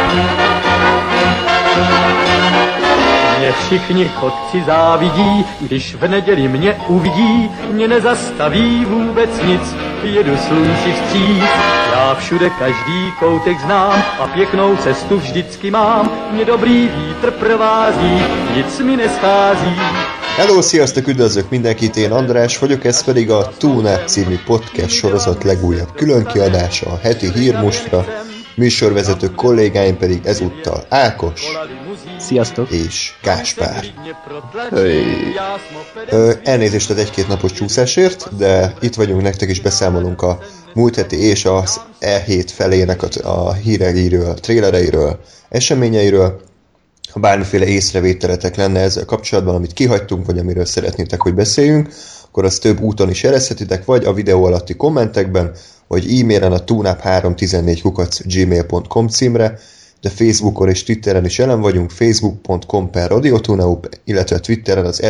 Mě všichni chodci závidí, když v neděli mě uvidí, mě nezastaví vůbec nic, jedu slunci vstříc. Já všude každý koutek znám a pěknou cestu vždycky mám, mě dobrý vítr provází, nic mi neschází. Hello, sziasztok, üdvözlök mindenkit, én András vagyok, ez pedig a TUNAP című podcast sorozat legújabb különkiadása, a heti hírmustra. Műsorvezető kollégáim pedig ezúttal Ákos. Sziasztok! És Gáspár. Hey. Elnézést az egy-két napos csúszásért, de itt vagyunk, nektek is beszámolunk a múlt heti és az E7 felének a híreiről, trélereiről, eseményeiről. Ha bármiféle észrevételetek lenne ezzel kapcsolatban, amit kihagytunk, vagy amiről szeretnétek, hogy beszéljünk, akkor azt több úton is jelezhetitek, vagy a videó alatti kommentekben, vagy e-mailen a tunap314@gmail.com címre, de Facebookon és Twitteren is jelen vagyunk, facebook.com/radiotuneup, illetve Twitteren az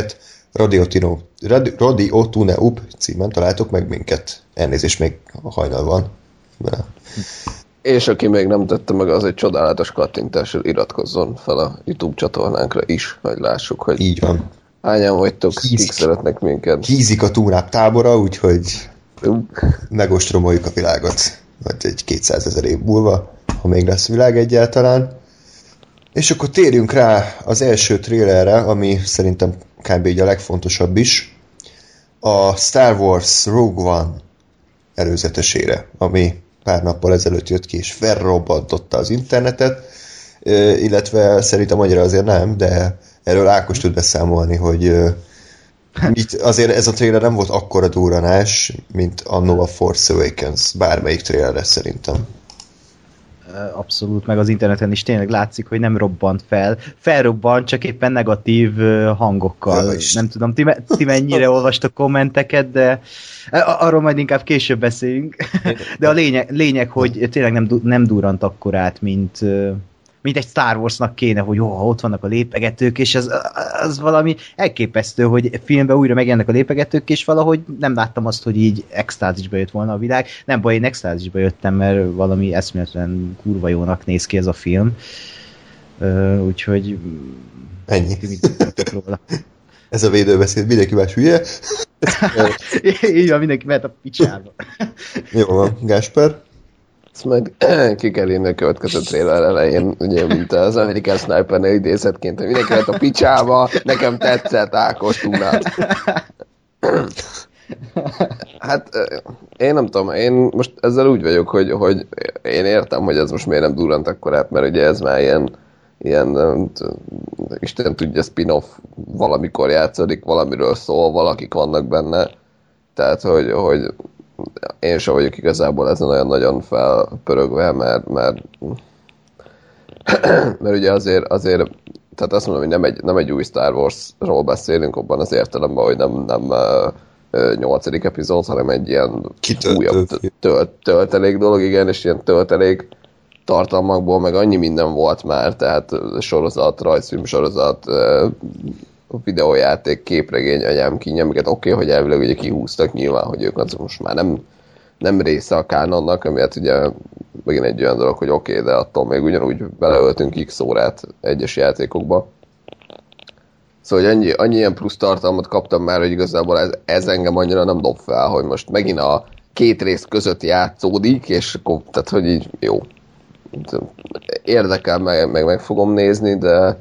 @radiotuneup címen találtok meg minket. Elnézést, még hajnal van. De... És aki még nem tette meg, az egy csodálatos kattintással iratkozzon fel a YouTube csatornánkra is, hogy lássuk, hogy így van. Hányan vagytok, kik szeretnek minket. Hízik a TUNAP tábora, úgyhogy megostromoljuk a világot. Vagy egy 200 000 év múlva, ha még lesz világ egyáltalán. És akkor térjünk rá az első trélerre, ami szerintem kb. Így a legfontosabb is. A Star Wars Rogue One előzetesére, ami pár nappal ezelőtt jött ki, és felrobbantotta az internetet, illetve szerintem annyira azért nem, de erről Ákos tud beszámolni, hogy itt azért ez a trailer nem volt akkora durranás, mint annó a Force Awakens, bármelyik trailerre szerintem. Abszolút, meg az interneten is tényleg látszik, hogy nem robbant fel. Felrobbant, csak éppen negatív hangokkal. Nem tudom, ti mennyire olvastok kommenteket, de arról majd inkább később beszéljünk. De a lényeg hogy tényleg nem durrant akkorát, mint egy Star Warsnak kéne, hogy ott vannak a lépegetők, és az valami elképesztő, hogy filmben újra megjelennek a lépegetők, és valahogy nem láttam azt, hogy így extázisba jött volna a világ. Nem baj, én extázisba jöttem, mert valami eszméletlen kurva jónak néz ki ez a film. Úgyhogy... Ennyi. Ez a védőbeszéd, mindenki más hülye. Így van, mindenki mehet a picsába. Jó van, Gáspár. Ezt majd ki kell írni a következő trailer elején, ugye, mint az American Sniper-nél idézetként, hogy mindenki lett a picsába, nekem tetszett, Ákos Tunap. Hát én nem tudom, én most ezzel úgy vagyok, hogy én értem, hogy ez most miért nem durrant akkorát, mert ugye ez már ilyen Isten tudja, spin-off valamikor játszódik, valamiről szól, valakik vannak benne, tehát hogy én sem vagyok igazából ezen olyan nagyon felpörögve, mert ugye azért tehát azt mondom, hogy nem egy új Star Wars-ról beszélünk abban az értelemben, hogy nem 8. epizód, hanem egy ilyen újabb töltelék dolog, igen, és ilyen töltelék tartalmakból meg annyi minden volt már, tehát sorozat, rajzfilm sorozat, videójáték, képregény, anyám kínja, amiket oké, hogy elvileg ugye kihúztak nyilván, hogy ők azok most már nem része a kánonnak, amiért ugye megint egy olyan dolog, hogy oké, de attól még ugyanúgy beleöltünk x órát egyes játékokba. Szóval hogy annyi ilyen plusz tartalmat kaptam már, hogy igazából ez engem annyira nem dob fel, hogy most megint a két rész között játszódik, és akkor, tehát hogy így jó. Érdekel, meg fogom nézni, de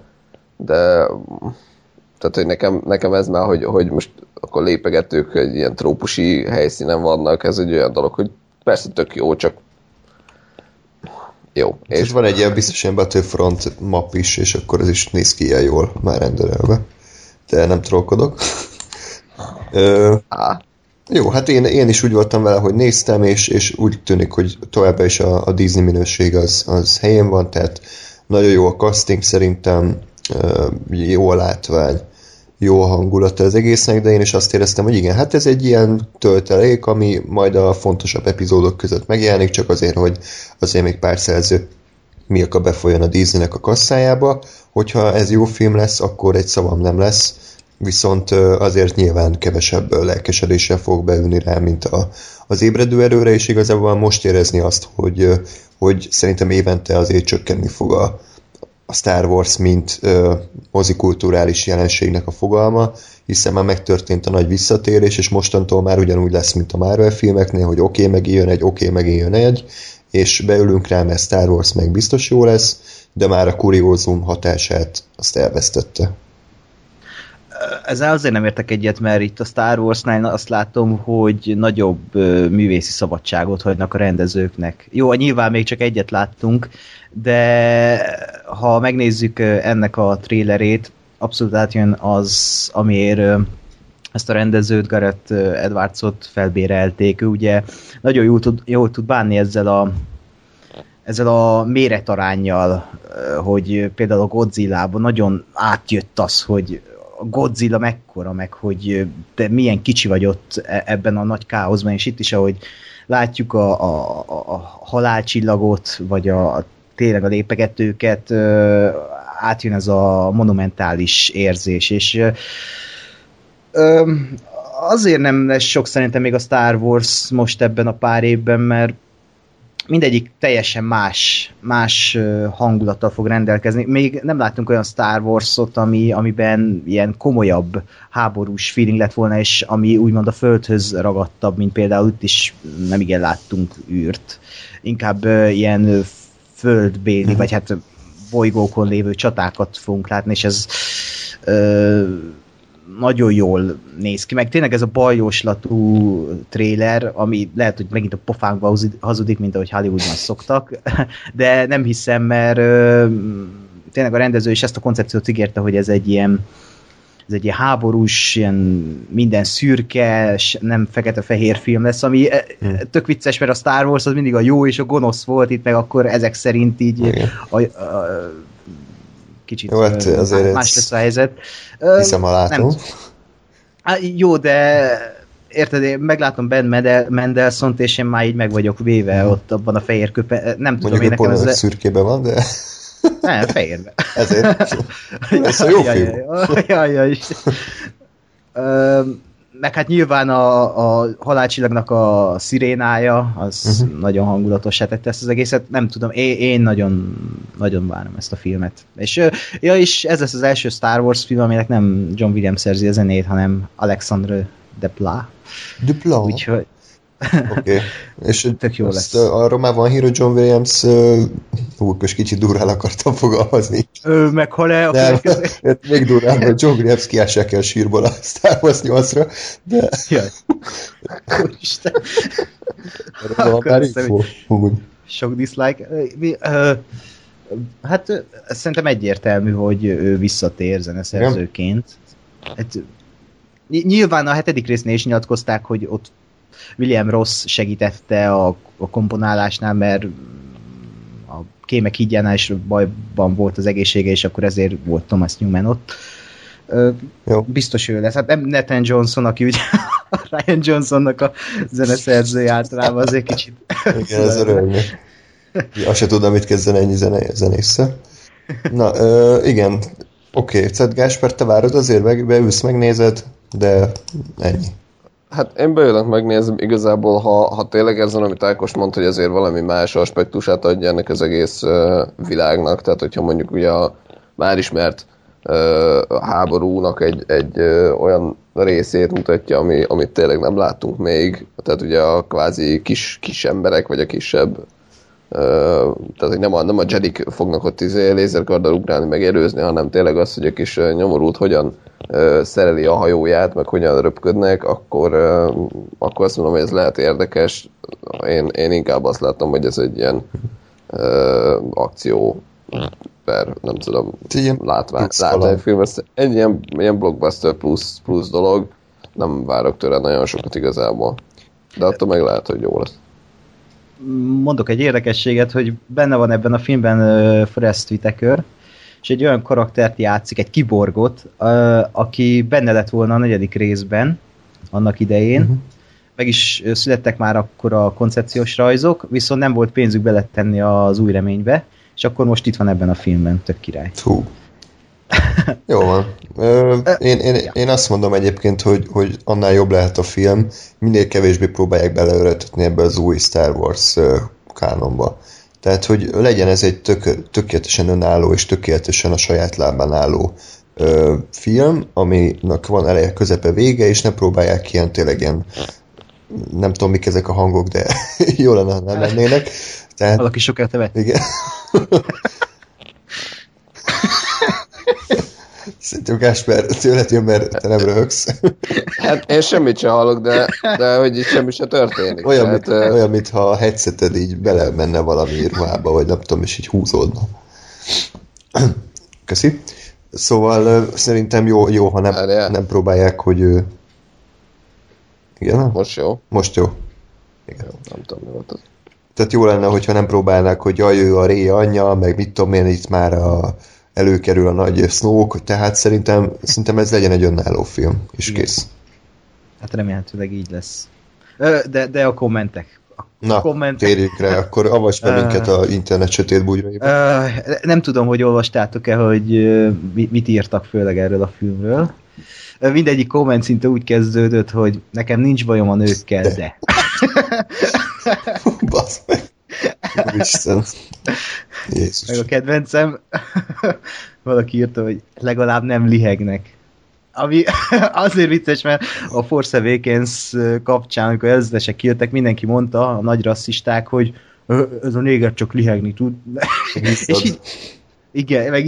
tehát, hogy nekem ez már, hogy most akkor lépegetők, hogy ilyen trópusi helyszínen vannak, ez egy olyan dolog, hogy persze tök jó, csak jó. És van egy ilyen biztos ilyen Battlefront map is, és akkor ez is néz ki ilyen jól már rendelve. De nem trollkodok. Jó, hát én is úgy voltam vele, hogy néztem, és úgy tűnik, hogy továbbá is a Disney minőség az helyén van, tehát nagyon jó a casting szerintem, jó a látvány, jó a hangulata az egésznek, de én is azt éreztem, hogy igen, hát ez egy ilyen töltelék, ami majd a fontosabb epizódok között megjelenik, csak azért, hogy azért még pár szerző miaka befolyjon a Disneynek a kasszájába. Hogyha ez jó film lesz, akkor egy szavam nem lesz. viszont azért nyilván kevesebb lelkesedéssel fog beülni rá, mint az ébredő erőre, és igazából most érezni azt, hogy szerintem évente azért csökkenni fog a Star Wars, mint mozikulturális jelenségnek a fogalma, hiszen már megtörtént a nagy visszatérés, és mostantól már ugyanúgy lesz, mint a Marvel filmeknél, hogy oké, megint jön egy, és beülünk rá, mert Star Wars meg biztos jó lesz, de már a kuriózum hatását azt elvesztette. Ezzel azért nem értek egyet, mert itt a Star Warsnál azt látom, hogy nagyobb művészi szabadságot hagynak a rendezőknek. Jó, nyilván még csak egyet láttunk, de ha megnézzük ennek a trélerét, abszolút átjön az, amiért ezt a rendezőt, Gareth Edwardsot felbérelték. Ő ugye nagyon jól tud bánni ezzel a méretaránnyal, hogy például a Godzilla-ban nagyon átjött az, hogy a Godzilla mekkora, meg hogy te milyen kicsi vagy ott ebben a nagy káoszban, és itt is, ahogy látjuk a halálcsillagot, vagy tényleg a lépegetőket, átjön ez a monumentális érzés, és azért nem lesz sok szerintem még a Star Wars most ebben a pár évben, mert mindegyik teljesen más hangulattal fog rendelkezni. Még nem láttunk olyan Star Wars-ot, amiben ilyen komolyabb háborús feeling lett volna, és ami úgymond a földhöz ragadtabb, mint például itt is nem igen láttunk űrt. Inkább ilyen földbéli, vagy hát bolygókon lévő csatákat fogunk látni, és ez nagyon jól néz ki, meg tényleg ez a bajoslatú tréler, ami lehet, hogy megint a pofánkba hazudik, mint ahogy Hollywoodban szoktak, de nem hiszem, mert tényleg a rendező is ezt a koncepciót ígérte, hogy ez egy ilyen háborús, ilyen minden szürke, nem fekete-fehér film lesz, ami tök vicces, mert a Star Wars az mindig a jó és a gonosz volt, itt meg akkor ezek szerint így kicsit jó, hát más lesz a helyzet. Hiszem, ha látom. Jó, de érted, én meglátom Ben Mendelsohn-t, és én már így meg vagyok véve ott abban a fehér köpen. Nem tudom, én nekem ez... szürkében van, de... Nem, fehérben. Ezért. Ez a jó film. Jaj. Meg hát nyilván a halálcsillagnak a szirénája, az nagyon hangulatosá tette ezt az egészet. Nem tudom, én nagyon, nagyon várom ezt a filmet. És ez lesz az első Star Wars film, aminek nem John Williams szerzi a zenét, hanem Alexandre Desplat. Úgyhogy Oké. És tök jó lesz. Arról már van hír, hogy John Williams most kicsit durrán akartam fogalmazni. Meghal-e a következő? Még durrán, hogy John Williams kiássák el sírból a Star Wars 8-ra, de... Jaj. Úristen. Sok dislike. Hát szerintem egyértelmű, hogy ő visszatér zeneszerzőként. Hát, nyilván a 7. résznél is nyilatkozták, hogy ott William Ross segítette a komponálásnál, mert a Kémek hídjánál is bajban volt az egészsége, és akkor ezért volt Thomas Newman ott. Biztos ő lesz. Hát nem Nathan Johnson, aki ugye Ryan Johnsonnak a zeneszerzője általában azért kicsit... Igen, ez örülni. Azt se tudom, mit kezdene ennyi zenésszel. Na, igen. Oké, Gáspár, te várod azért, beülsz, megnézed, de ennyi. Hát én beülök megnézem, igazából, ha tényleg ezen, amit Ákos mondta, hogy azért valami más aspektusát adja ennek az egész világnak, tehát hogyha mondjuk ugye a már ismert háborúnak egy olyan részét mutatja, amit tényleg nem láttunk még, tehát ugye a kvázi kis emberek, vagy a kisebb, tehát hogy nem a Jedik fognak ott lézerkarddal ugrálni, meg erőzni, hanem tényleg az, hogy a kis nyomorult hogyan szereli a hajóját, meg hogyan röpködnek, akkor azt mondom, hogy ez lehet érdekes. Én inkább azt látom, hogy ez egy ilyen akció nem tudom, látványfilm. Egy ilyen blockbuster plusz dolog. Nem várok tőle nagyon sokat igazából. De attól meg lehet, hogy jó lesz. Mondok egy érdekességet, hogy benne van ebben a filmben Forest Whitaker, és egy olyan karaktert játszik, egy kiborgot, aki benne lett volna a 4. részben, annak idején. Meg is születtek már akkor a koncepciós rajzok, viszont nem volt pénzük beletenni az Új Reménybe, és akkor most itt van ebben a filmben, tök király. Jó van. Én azt mondom egyébként, hogy annál jobb lehet a film, minél kevésbé próbálják beleöltetni ebbe az új Star Wars kánonba. Tehát, hogy legyen ez egy tökéletesen önálló és tökéletesen a saját lábán álló film, aminek van eleje, közepe, vége, és ne próbálják ilyen tényleg ilyen, nem tudom mik ezek a hangok, de jó lenne, ha nem lennének. Tehát, valaki sokat tevet. Igen. Szerintem Gásper tőled jön, mert te nem röhögsz. Hát én semmit sem hallok, de hogy itt semmi se történik. Olyan, mintha a headseted így bele menne valami ruhába, vagy nem tudom, és így húzódna. Köszi. Szóval szerintem jó, ha nem próbálják, hogy... Igen? Most jó? Most jó. Igen. Nem tudom, mi volt az. Tehát jó lenne, hogyha nem próbálnák, hogy jaj, ő a Rey anyja, meg mit tudom én, itt már előkerül a nagy Snoke, tehát szerintem ez legyen egy önálló film, és igen. Kész. Hát remélhetőleg így lesz. De a kommentek. Térjük rá, akkor avasd be minket az internet sötét bugyraiba. Nem tudom, hogy olvastátok-e, hogy mit írtak főleg erről a filmről. Mindegyik komment szinte úgy kezdődött, hogy nekem nincs bajom a nőkkel, de. Basz meg. Isten. Jézus. Meg a kedvencem, valaki írta, hogy legalább nem lihegnek. Ami azért vicces, mert a Force Awakens kapcsán, amikor előzetesek kijöttek, mindenki mondta, a nagy rasszisták, hogy ez a néger csak lihegni tud. És így, igen, meg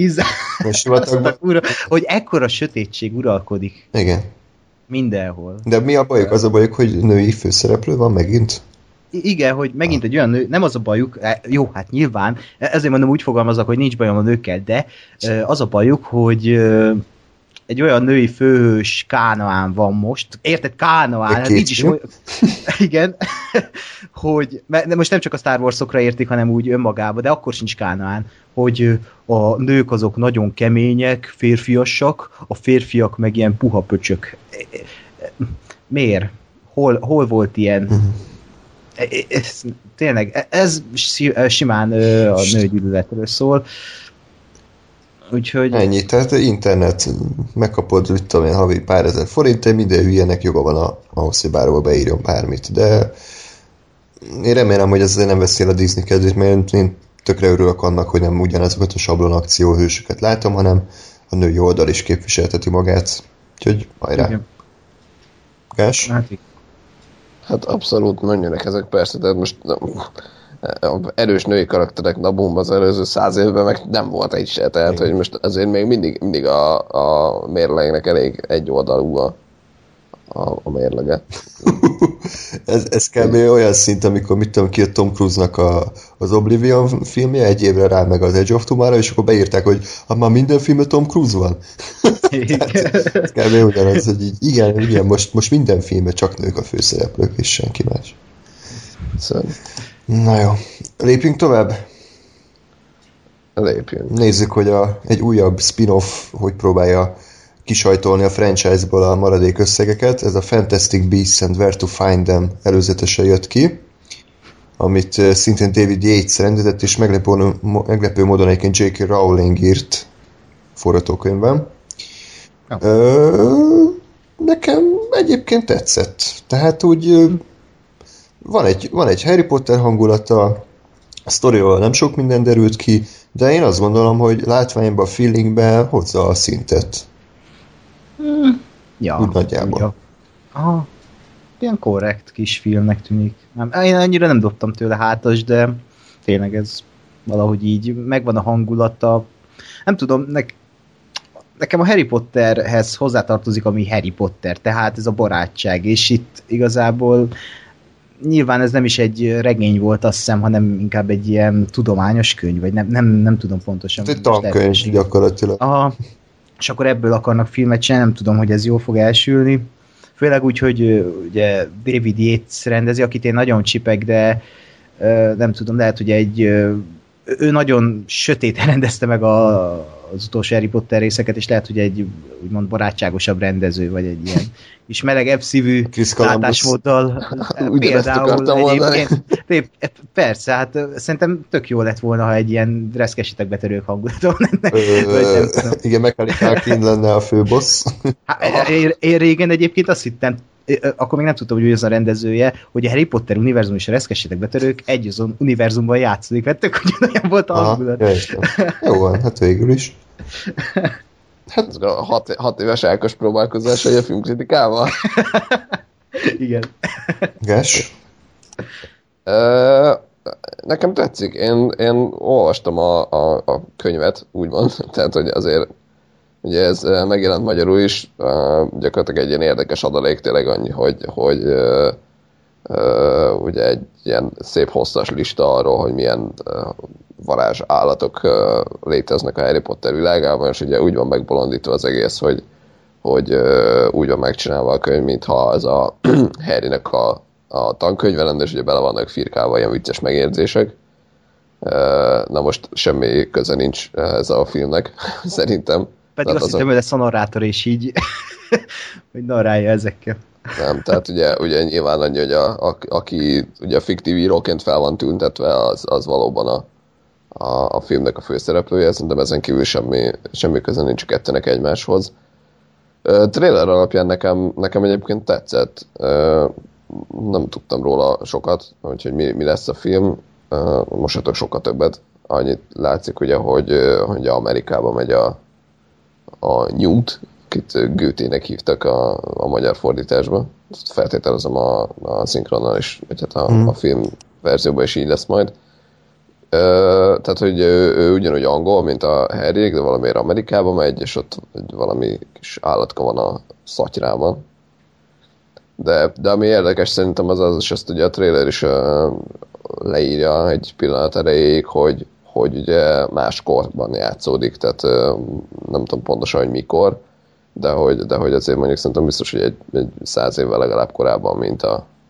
hogy ekkora sötétség uralkodik. Igen. Mindenhol. De mi a bajuk? Az a bajuk, hogy női főszereplő van megint? Igen, hogy megint egy olyan nő, nem az a bajuk, jó, hát nyilván, ezért mondom, úgy fogalmazok, hogy nincs bajom a nőkkel, de az a bajuk, hogy egy olyan női főhős Kánaán van most, érted, Kánaán, hát nincs is olyan, igen, hogy, de most nem csak a Star Wars-okra értik, hanem úgy önmagába, de akkor sincs Kánaán, hogy a nők azok nagyon kemények, férfiasak, a férfiak meg ilyen puha pöcsök. Miért? Hol volt ilyen? Tényleg, ez simán a nőgyűlöletről szól. Úgyhogy... Ennyi, tehát internet megkapod, mit tudom én, havi pár ezer forint, minden hülyenek joga van ahhoz, hogy bárhol beírjon bármit, de én remélem, hogy ezzel nem veszél a Disney kedvét, mert én tökre örülök annak, hogy nem ugyanazokat a sablon akcióhősöket látom, hanem a női oldal is képviselteti magát. Úgyhogy hajrá. Gás? Hát abszolút menjenek ezek persze, de most erős női karakterek Nabumban az előző 100 évben meg nem volt egy se, tehát hogy most azért még mindig a mérlegnek elég egyoldalú a mérlege. ez kb. Olyan szint, amikor mit tudom, kijött Tom Cruise-nak az Oblivion filmje, egy évre rá meg az Edge of Tomorrow, és akkor beírták, hogy már minden filmben Tom Cruise van. Ez kb. Ugyanaz, hogy így, igen, most minden filmben csak nők a főszereplők, és senki más. Szóval. Na jó, lépjünk tovább? Lépjünk. Nézzük, hogy egy újabb spin-off hogy próbálja kisajtolni a franchise-ból a maradék összegeket. Ez a Fantastic Beasts and Where to Find Them előzetesen jött ki, amit szintén David Yates rendezett, és meglepő módon egyébként J.K. Rowling írt forgatókönyvben. Nekem egyébként tetszett. Tehát úgy van egy Harry Potter hangulata, a sztoriról nem sok minden derült ki, de én azt gondolom, hogy látványban, feelingben hozza a szintet. Ja. Úgy nagyjából. Ja. Aha. Ilyen korrekt kis filmnek tűnik. Én annyira nem dobtam tőle hátas, de tényleg ez valahogy így megvan a hangulata. Nem tudom, nekem a Harry Potterhez hozzátartozik, ami Harry Potter, tehát ez a barátság, és itt igazából nyilván ez nem is egy regény volt, azt hiszem, hanem inkább egy ilyen tudományos könyv, vagy nem tudom pontosan. Egy tankönyv gyakorlatilag. Aha, és akkor ebből akarnak filmet csinálni, nem tudom, hogy ez jól fog elsülni. Főleg úgy, hogy ugye David Yates rendezi, akit én nagyon csipek, de nem tudom, lehet, hogy ő nagyon sötéten rendezte meg az utolsó Harry Potter részeket, és lehet, hogy egy úgymond barátságosabb rendező, vagy egy ilyen kis melegebb szívű látásmóddal. Például egyébként, persze, hát szerintem tök jó lett volna, ha egy ilyen reszkesitek betörők hangulaton lenne. Igen, Macaulay Culkin lenne a főbossz. Én régen egyébként azt hittem, akkor még nem tudtam, hogy ő az a rendezője, hogy a Harry Potter univerzum és a reszkessétek betörők egy azon univerzumban játszik, mert tök ugyanolyan volt a hangulat. Jó van, hát végül is. Hát 6 éves Ákos próbálkozása a filmkritikával. Igen. Gás? Nekem tetszik. Én olvastam a könyvet, úgymond, tehát hogy azért ugye ez megjelent magyarul is, gyakorlatilag egy ilyen érdekes adalék, tényleg annyi, hogy ugye egy ilyen szép hosszas lista arról, hogy milyen varázs állatok léteznek a Harry Potter világában, és ugye úgy van megbolondítva az egész, hogy úgy van megcsinálva a könyv, mintha az a Harrynek a tankönyve lenne, és ugye bele vannak firkálva ilyen vicces megérzések. Na most semmi köze nincs ez a filmnek, szerintem. Pedig azt hittem, hogy lesz a narrátor, és így hogy narrálja ezekkel. Nem, tehát ugye nyilván annyi, hogy aki ugye a fiktív íróként fel van tüntetve, az valóban a filmnek a főszereplője, szerintem ezen kívül semmi köze nincs a kettőnek egymáshoz. Trailer alapján nekem egyébként tetszett. Nem tudtam róla sokat, úgyhogy mi lesz a film. Most sokkal többet. Annyit látszik ugye, hogy Amerikába megy a Newt, akit Goethe-nek hívtak a magyar fordításba. Ezt feltételezem a szinkronnal is, vagy hát a film verzióban is így lesz majd. Tehát, hogy ő ugyanúgy angol, mint a Harry, de valamiért Amerikába megy, és ott valami kis állatka van a szatyrában. De ami érdekes szerintem az, és ezt ugye a trailer is leírja egy pillanat erejéig, hogy ugye más korban játszódik, tehát nem tudom pontosan, hogy mikor, de hogy azért mondjuk szerintem biztos, hogy egy 100 évvel legalább korábban, mint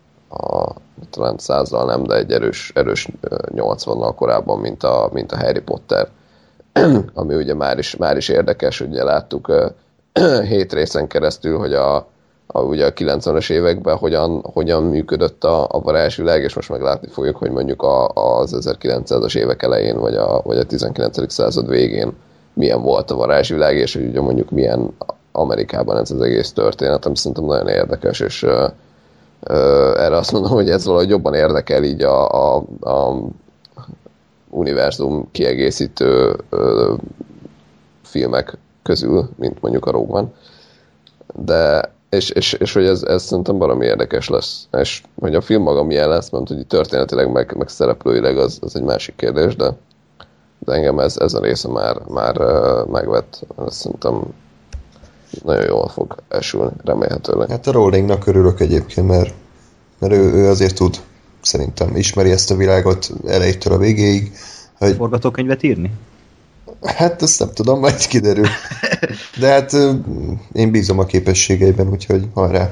talán 100-al nem, de egy erős 80-nal korábban, mint a Harry Potter, ami ugye már is érdekes, ugye láttuk 7 részen keresztül, hogy ugye a 90-es években hogyan működött a varázsvilág, és most meg látni fogjuk, hogy mondjuk az 1900-as évek elején, vagy a 19. század végén milyen volt a varázsvilág, és hogy ugye mondjuk milyen Amerikában ez az egész történet, ami szerintem nagyon érdekes, és erre azt mondom, hogy ez valahogy jobban érdekel így a univerzum kiegészítő filmek közül, mint mondjuk a Rogue One. De és hogy ez szerintem valami érdekes lesz. És hogy a film maga milyen lesz, mert hogy történetileg meg szereplőileg az egy másik kérdés, de engem ez a része már megvett. Ezt szerintem nagyon jól fog esülni, remélhetőleg. Hát a Rowlingnak örülök egyébként, mert ő azért tud, szerintem ismeri ezt a világot elejétől a végéig. Hogy... Forgatókönyvet írni? Hát ezt nem tudom, majd kiderül. De hát én bízom a képességeiben, úgyhogy hajrá.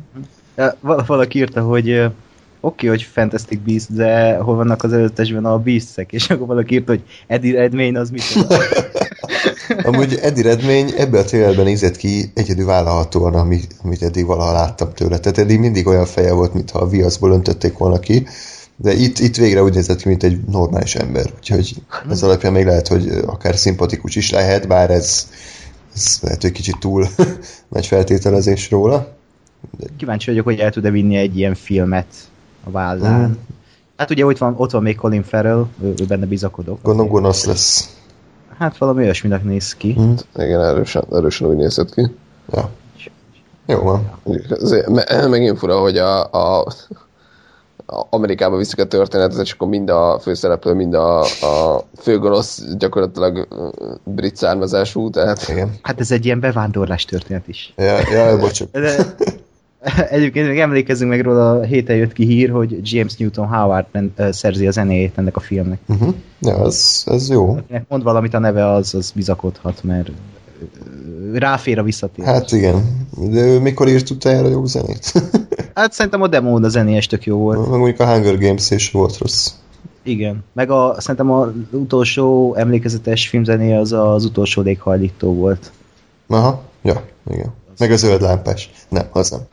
Valaki írta, hogy oké, hogy Fantastic Beasts, de hol vannak az előzetesben a Beastsek? És akkor valaki írta, hogy Eddie Redmayne az mit tudom. Amúgy Eddie Redmayne ebben a trailerben nézett ki egyedül vállalhatóan, amit eddig valaha láttam tőle. Tehát eddig mindig olyan feje volt, mintha a viaszból öntötték volna ki, de itt végre úgy nézett ki, mint egy normális ember. Úgyhogy ez alapján még lehet, hogy akár szimpatikus is lehet, bár ez lehet, hogy kicsit túl nagy feltételezés róla. Kíváncsi vagyok, hogy el tud-e vinni egy ilyen filmet a vállán. Hát ugye ott van még Colin Farrell, ő benne bizakodok. Gondolom gonosz lesz. Hát valami olyasminek néz ki. Igen, erősen úgy nézett ki. Ja. Jó van. Megint fura, hogy a Amerikába viszik a történetet, és akkor mind a főszereplő, mind a főgonosz gyakorlatilag brit származású, tehát... Igen. Hát ez egy ilyen bevándorlás történet is. Ja, bocsánat. Egyébként még emlékezzünk meg róla, a héten jött ki hír, hogy James Newton Howard szerzi a zenéjét ennek a filmnek. Ja, ez jó. Akinek mond valamit a neve, az bizakodhat, mert ráfér a visszatérés. Hát igen. De ő mikor írt utájára jó zenét? Hát szerintem a demón a zenéjes tök jó volt. Meg mondjuk a Hunger Games is volt rossz. Igen. Meg szerintem az utolsó emlékezetes filmzenéje az utolsó léghajlító volt. Aha, ja, igen. Meg a zöld lámpás. Nem, az nem.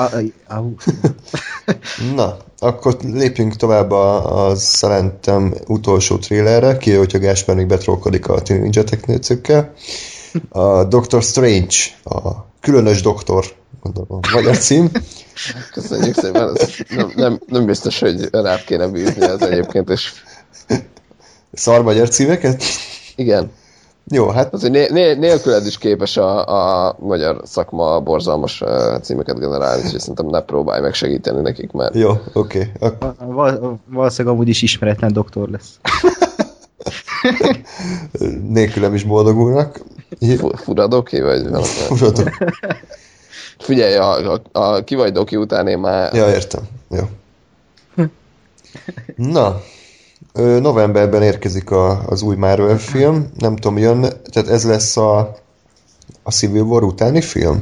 Na, akkor lépjünk tovább a szerintem utolsó trélerre, ki, hogyha Gáspár még betrolkodik a Ninja Technőcökkel. A Doctor Strange, a különös doktor, gondolom, magyar cím. Köszönjük szépen, nem biztos, hogy rád kéne bízni az egyébként, és... Szar magyar címeket? Igen. Jó, hát... Azért nélküled is képes a magyar szakma borzalmas címeket generálni, és szerintem ne próbálj meg segíteni nekik, mert... Jó, oké. Valószínűleg amúgy is ismeretlen doktor lesz. Nélkülem is boldogulnak. Furadoki, vagy valami? Furadok. Figyelj, a ki vagy doki után én már... Ja, értem. Jó. Na, novemberben érkezik az új Marvel film. Nem tudom, jön... Tehát ez lesz a Civil War utáni film?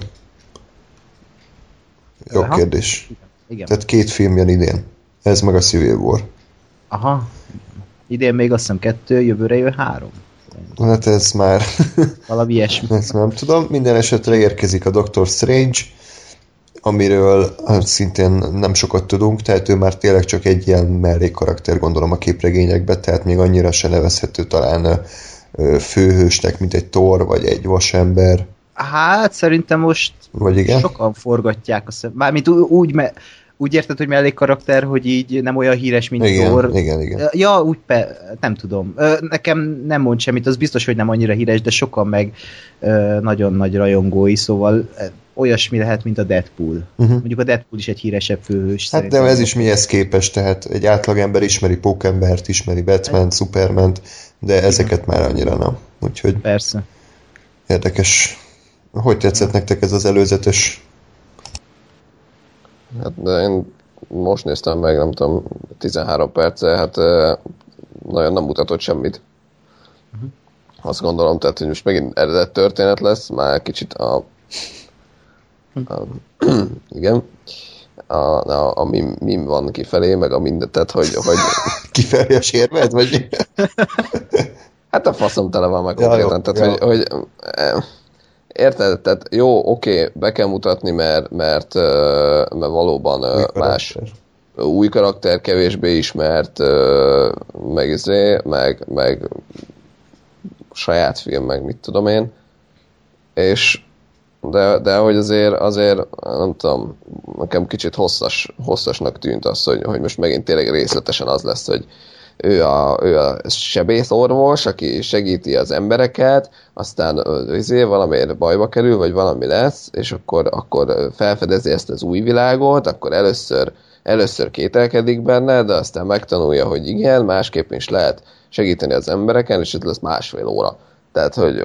Jó kérdés. Igen. Tehát 2 film jön idén. Ez meg a Civil War. Aha. Idén még azt hiszem 2, jövőre jön 3. Hát ez már... Valami ilyesmi. Ezt nem tudom. Minden esetre érkezik a Doctor Strange, amiről szintén nem sokat tudunk, tehát ő már tényleg csak egy ilyen mellékkarakter, gondolom, a képregényekben, tehát még annyira se nevezhető talán főhősnek, mint egy Thor, vagy egy vasember. Hát szerintem most vagy igen? Sokan forgatják mármint úgy érted, hogy mellékkarakter, hogy így nem olyan híres, mint Thor. Igen. Ja, úgy nem tudom. Nekem nem mond semmit, az biztos, hogy nem annyira híres, de sokan meg nagyon nagy rajongói, szóval olyasmi lehet, mint a Deadpool. Mondjuk a Deadpool is egy híresebb főhős. Hát de ez is mihez képest, tehát egy átlagember ismeri Pókembert, ismeri Batman, Supermant, de ezeket már annyira nem. Úgyhogy persze. Érdekes. Hogy tetszett nektek ez az előzetes? Hát de én most néztem meg, nem tudom, 13 perce, hát nagyon nem mutatott semmit. Azt gondolom, tehát, hogy most megint eredet történet lesz, már kicsit igen, a mim van kifelé, meg a mindet, tehát, hogy kifelé a sérved, vagy? Hát a faszom tele van meg konkrétan, tehát, hogy érted? Tehát jó, oké, be kell mutatni, mert valóban más új karakter, kevésbé ismert, meg saját film, meg mit tudom én. És de hogy azért nem tudom, nekem kicsit hosszasnak tűnt az, hogy most megint tényleg részletesen az lesz, hogy ő a sebészorvos, aki segíti az embereket, aztán valamiért bajba kerül, vagy valami lesz, és akkor felfedezi ezt az új világot, akkor először kételkedik benne, de aztán megtanulja, hogy igen, másképp is lehet segíteni az embereken, és ez lesz 1,5 óra. Tehát, hogy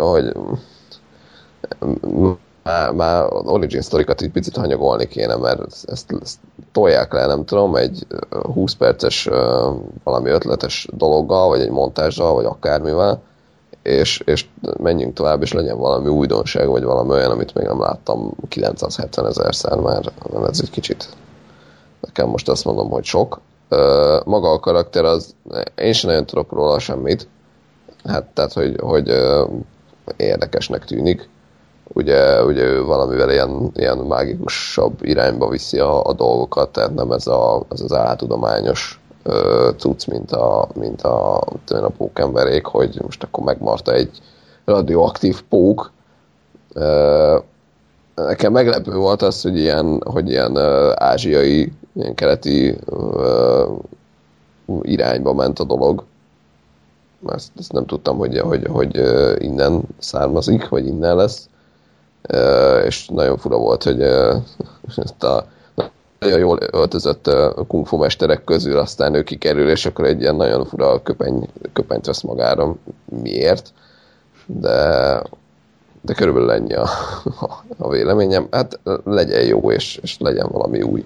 már origin sztorikat egy picit hanyagolni kéne, mert ezt tolják le, nem tudom, egy 20 perces valami ötletes dologgal, vagy egy montázsal, vagy akármivel, és menjünk tovább, és legyen valami újdonság, vagy valami olyan, amit még nem láttam 970 000-szer már, ez egy kicsit. Nekem most azt mondom, hogy sok. Maga a karakter, az én sem nagyon tudok róla semmit. Hát, tehát, hogy érdekesnek tűnik. Ugye ő valamivel ilyen mágikusabb irányba viszi a dolgokat, tehát nem ez az áltudományos cucc, mint a pókemberék, hogy most akkor megmarta egy radioaktív pók. Nekem meglepő volt az, hogy ilyen ázsiai, ilyen keleti irányba ment a dolog. Ezt nem tudtam, hogy innen származik, vagy innen lesz. És nagyon fura volt, hogy ezt a nagyon jól öltözött kung fu mesterek közül aztán ő kikerül, és akkor egy ilyen nagyon fura köpenyt vesz magára. Miért? De körülbelül ennyi a véleményem. Hát legyen jó, és legyen valami új.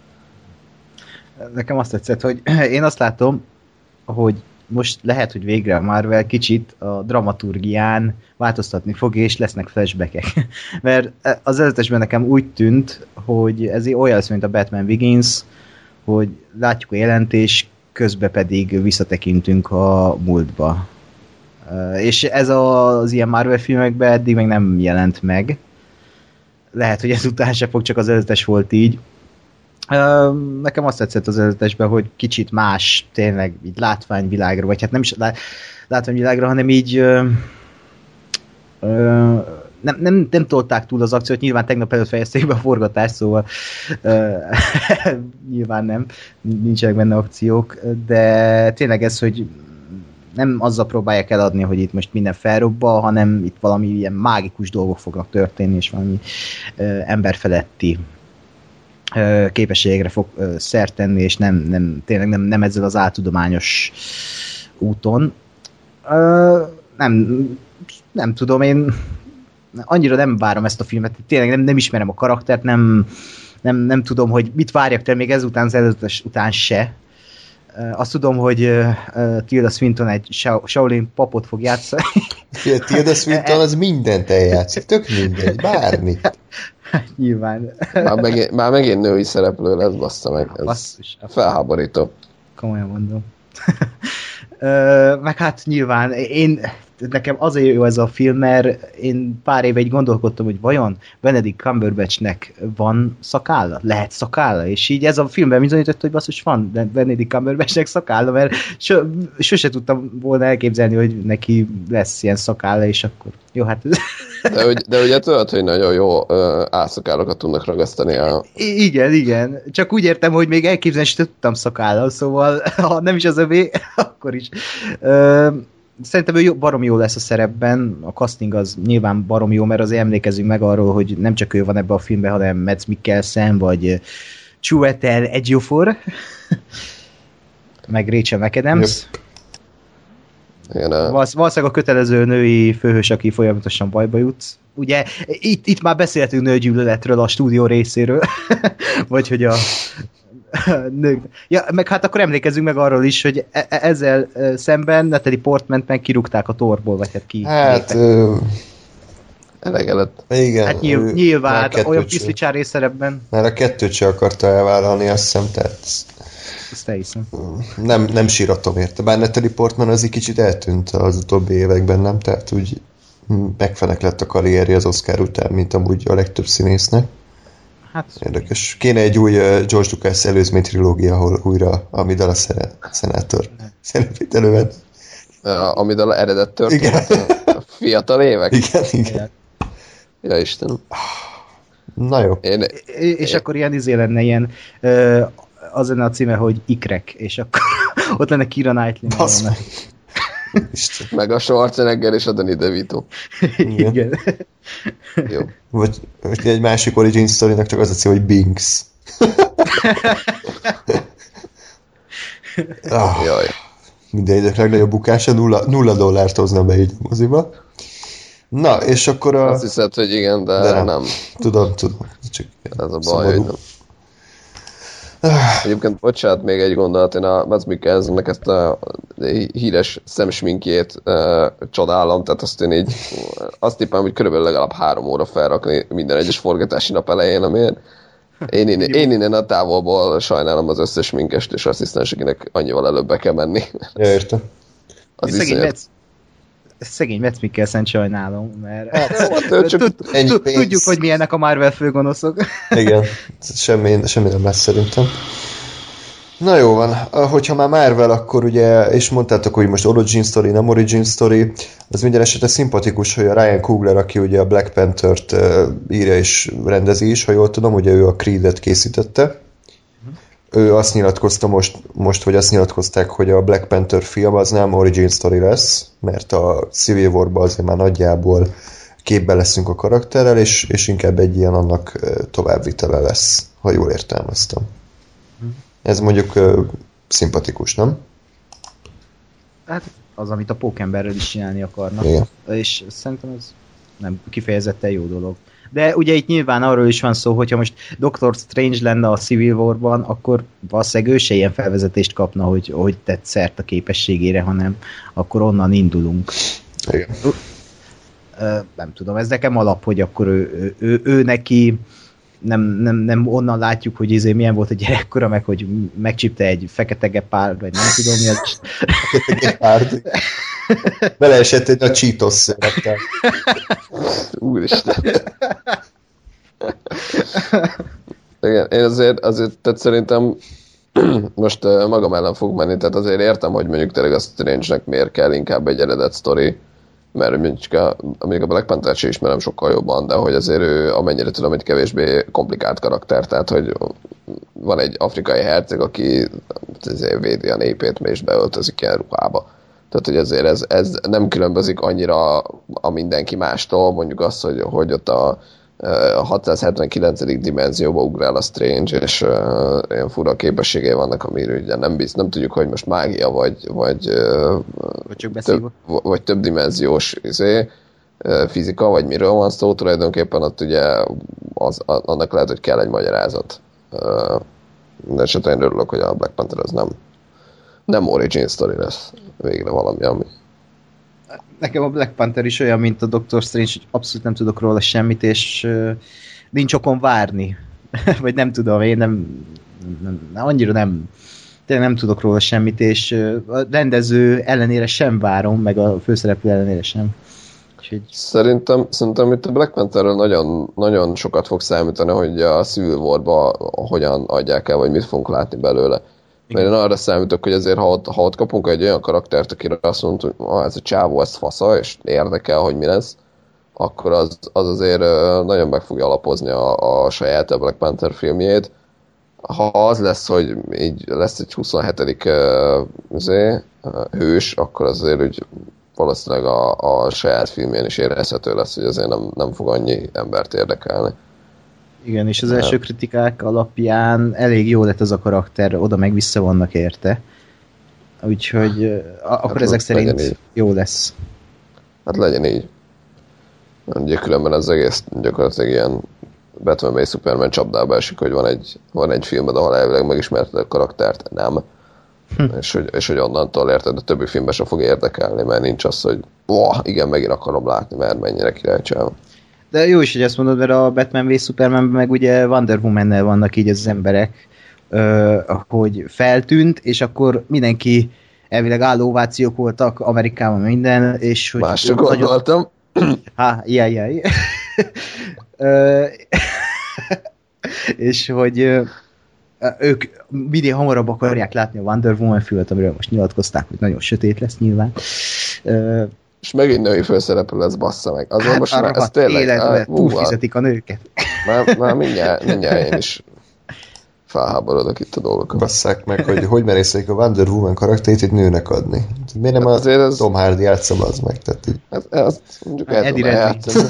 Nekem azt tetszett, hogy én azt látom, hogy most lehet, hogy végre a Marvel kicsit a dramaturgián változtatni fog, és lesznek flashbackek. Mert az előzetesben nekem úgy tűnt, hogy ez olyan lesz, mint a Batman Begins, hogy látjuk a jelentéskört, közben pedig visszatekintünk a múltba. És ez az ilyen Marvel filmekben eddig még nem jelent meg. Lehet, hogy ezután se fog, csak az előzetes volt így. Nekem azt tetszett az előzetesben, hogy kicsit más tényleg így látványvilágra, vagy hát nem is látványvilágra, hanem így nem tolták túl az akciót, nyilván tegnap előtt fejezték be a forgatást, szóval nyilván nem, nincsenek benne akciók, de tényleg ez, hogy nem azzal próbálják eladni, hogy itt most minden felrobba, hanem itt valami ilyen mágikus dolgok fognak történni, és valami emberfeletti képességre fog szert tenni, és tényleg nem ezzel az áltudományos úton. Nem tudom, én annyira nem várom ezt a filmet, tényleg nem ismerem a karaktert, nem tudom, hogy mit várjak tőle még ezután, az előzetes után se. Azt tudom, hogy Tilda Swinton egy Shaolin papot fog játszani. Tilda Swinton az mindent eljátszik, tök mindegy, bármit. Nyilván. Már megint női szereplő lesz, bassza meg. Ez felháborító. Komolyan mondom. Meg hát nyilván nekem azért jó ez a film, mert én pár éve így gondolkodtam, hogy vajon Benedict Cumberbatchnek van szakálla? Lehet szakálla? És így ez a filmben bizonyított, hogy basszus van Benedict Cumberbatchnek szakálla, mert sose tudtam volna elképzelni, hogy neki lesz ilyen szakálla, és akkor jó, hát... De ugye tudod, hogy nagyon jó álszakállokat tudnak ragasztani a... Igen. Csak úgy értem, hogy még elképzelni sem tudtam szakállal, szóval ha nem is az övé, akkor is. Szerintem ő baromi jó lesz a szerepben, a casting az nyilván baromi jó, mert azért emlékezünk meg arról, hogy nem csak ő van ebben a filmben, hanem Mads Mikkelsen, vagy Chiwetel Ejiofor, meg Rachel McAdams. Valószínűleg a kötelező női főhős, aki folyamatosan bajba jut. Ugye itt már beszéltünk nőgyűlöletről a stúdió részéről, vagy hogy a nők. Ja, meg hát akkor emlékezzünk meg arról is, hogy ezzel szemben Natalie Portmant meg kirúgták a torból, vagy hát ki. Hát... elege lett. Igen. Hát nyilván, olyan piszlicsári szerepben. Mert a kettőt se akarta elvállalni, azt hiszem, tehát... Ezt elhiszem. Nem síratom érte. Bár Natalie Portman az egy kicsit eltűnt az utóbbi években, nem? Tehát úgy megfenek lett a karrierje az Oscar után, mint amúgy a legtöbb színésznek. Hát... Érdekes. Kéne egy új George Lucas előzmény trilógia, ahol újra Amidala szenátor szerepét elővett. Amidala eredet történet? A fiatal évek? Igen. Ja, Istenem. Na jó. És akkor ilyen lenne, ilyen az lenne a címe, hogy Ikrek, és akkor ott lenne Keira Knightley. Meg a Schwarzenegger és a Danny DeVito. Igen. Jó. Vagy egy másik origin story-nak csak az a cím, hogy Binks. Jaj. Minden idők legnagyobb bukása, $0 hozna be így a moziba. Na, és akkor a... Azt hiszed, hogy igen, de nem. Tudom. Csak ez a baj, hogy nem. Egyébként, bocsánat, még egy gondolat, én a Mads Mikkelsennek ezt a híres szemsminkjét csodálom, tehát azt én így azt tippem, hogy körülbelül legalább 3 óra felrakni minden egyes forgatási nap elején, amiért én innen a távolból sajnálom az összes minkest és asszisztens, akinek annyival előbb be kell menni. Ja, értem. Szegény Mads Mikkelsen sajnálom, mert tudjuk, hogy milyenek a Marvel főgonoszok. Igen, semmi nem lesz szerintem. Na jó van, hogyha már Marvel, akkor ugye, és mondtátok, hogy most origin story, nem origin story, az minden esetre szimpatikus, hogy a Ryan Coogler, aki ugye a Black Panther-t írja és rendezi is, ha jól tudom, ugye ő a Creed-et készítette. Ő azt nyilatkozta most, hogy azt nyilatkozták, hogy a Black Panther film az nem origin story lesz, mert a Civil War-ban azért már nagyjából képben leszünk a karakterrel, és inkább egy ilyen annak továbbvitele lesz, ha jól értelmeztem. Ez mondjuk szimpatikus, nem? Hát az, amit a Pókemberrel is csinálni akarnak. Igen. És szerintem ez nem kifejezetten jó dolog. De ugye itt nyilván arról is van szó, hogyha most Doctor Strange lenne a Civil War-ban, akkor valószínűleg ő se ilyen felvezetést kapna, hogy tett szert a képességére, hanem akkor onnan indulunk. Igen. Nem tudom, ez nekem alap, hogy akkor ő neki nem onnan látjuk, hogy milyen volt a gyerekkora, meg hogy megcsípte egy fekete gepárd, vagy nem tudom mi az. Fekete gepárd. Beleesett egy a Cheetos szereptel. Úristen. Igen, én azért tehát szerintem most magam ellen fog menni, tehát azért értem, hogy mondjuk tényleg a Strange-nek miért kell inkább egy eredet sztori, mert mondjuk a Black Panther-t sem ismerem sokkal jobban, de hogy azért ő amennyire tudom, egy kevésbé komplikált karakter, tehát hogy van egy afrikai herceg, aki azért védi a népét, és beöltözik ilyen ruhába. Tehát, hogy azért ez nem különbözik annyira a mindenki mástól, mondjuk azt, hogy ott a 679. dimenzióba ugrál a Strange, és ilyen fura képességei vannak, amiről ugye nem tudjuk, hogy most mágia, vagy több dimenziós fizika, vagy miről van szó, tulajdonképpen ott ugye annak lehet, hogy kell egy magyarázat. De esetben örülök, hogy a Black Panther az nem origin story lesz végre valami, ami... Nekem a Black Panther is olyan, mint a Doctor Strange, hogy abszolút nem tudok róla semmit, és nincs okon várni. Vagy nem tudom, én annyira tényleg nem tudok róla semmit, és a rendező ellenére sem várom, meg a főszereplő ellenére sem. Úgyhogy... Szerintem itt a Black Pantherről nagyon, nagyon sokat fog számítani, hogy a Civil War-ba hogyan adják el, vagy mit fogunk látni belőle. Mert én arra számítok, hogy azért, ha ott kapunk egy olyan karaktert, akire azt mondjuk, hogy ez a csávó, ez fasza, és érdekel, hogy mi lesz, akkor az azért nagyon meg fogja alapozni a saját Black Panther filmjét. Ha az lesz, hogy így lesz egy 27. Hős, akkor azért úgy valószínűleg a saját filmjén is érezhető lesz, hogy azért nem fog annyi embert érdekelni. Igen, és az első kritikák alapján elég jó lett az a karakter, oda meg vissza vannak érte. Úgyhogy akkor ezek szerint jó lesz. Hát legyen így. Ugye különben az egész gyakorlatilag ilyen Batman vagy Superman csapdába esik, hogy van egy filmed, ahol elvileg megismerted a karaktert, nem. És hogy onnantól érted, a többi filmben sem fog érdekelni, mert nincs az, hogy igen, megint akarom látni, mert mennyire királycsáva. De jó is, hogy ezt mondod, mert a Batman v Supermanben meg ugye Wonder Woman-nel vannak így az emberek, hogy feltűnt, és akkor mindenki elvileg állóvációk voltak Amerikában minden, és hogy... Másra gondoltam. Ilyen. És hogy ők minél hamarabb akarják látni a Wonder Woman filmet, amiről most nyilatkozták, hogy nagyon sötét lesz nyilván. És megint női főszereplő lesz, bassza meg. Azon most már ez tényleg... Életben túlfizetik a nőket. Már mindjárt én is felháborodok itt a dolgokon. Basszák meg, hogy merészelik a Wonder Woman karakterét egy nőnek adni. Miért nem a Tom Hardy játszom az meg? Tehát így... Azt mondjuk el tudom játszani.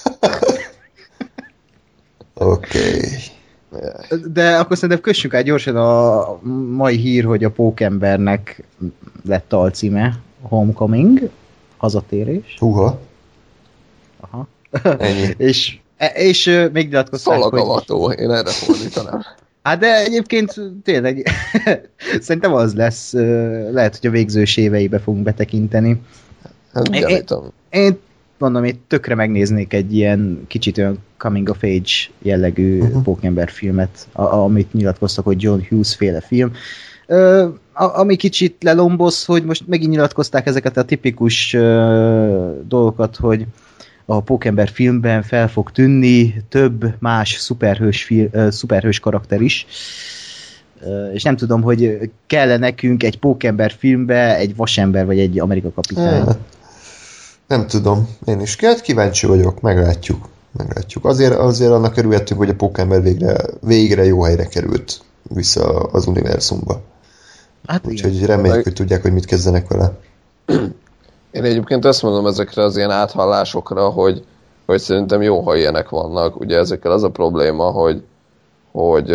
Oké. De akkor szerintem kössünk át gyorsan a mai hír, hogy a Pókembernek lett alcíme Homecoming, hazatérés. Húha. Aha. Ennyi. és még nyilatkozták, Szalagavató, hogy... én erre fordítanám. Hát de egyébként tényleg szerintem az lesz, lehet, hogy a végzős éveibe fogunk betekinteni. Hát én mondom, én tökre megnéznék egy ilyen kicsit olyan coming of age jellegű Pókember filmet, amit nyilatkoztak, hogy John Hughes féle film. Ami kicsit lelomboz, hogy most megint nyilatkozták ezeket a tipikus dolgokat, hogy a Pókember filmben fel fog tűnni több más szuperhős karakter is. És nem tudom, hogy kell-e nekünk egy Pókember filmbe egy vasember vagy egy Amerika kapitány. Nem tudom. Én is kíváncsi vagyok, meglátjuk. Azért annak örülhetünk, hogy a Pókember végre jó helyre került vissza az univerzumba. Hát úgyhogy reméljük, hogy tudják, hogy mit kezdenek vele. Én egyébként azt mondom ezekre az ilyen áthallásokra, hogy szerintem jó, ha ilyenek vannak. Ugye ezekkel az a probléma, hogy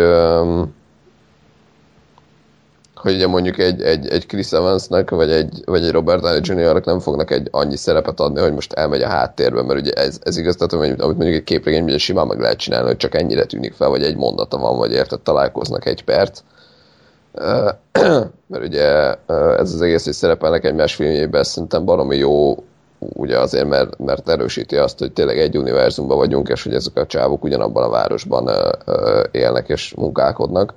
ugye mondjuk egy Chris Evansnek, vagy egy Robert Downey Jr.-nak nem fognak annyi szerepet adni, hogy most elmegy a háttérbe, mert ugye ez igaz, tehát amit mondjuk egy képregényben simán meg lehet csinálni, hogy csak ennyire tűnik fel, vagy egy mondata van, vagy érted, találkoznak egy perc. Mert ugye ez az egész, hogy szerepelnek egymás filmjében, szerintem baromi jó ugye azért, mert erősíti azt, hogy tényleg egy univerzumban vagyunk, és hogy ezek a csávok ugyanabban a városban élnek és munkálkodnak.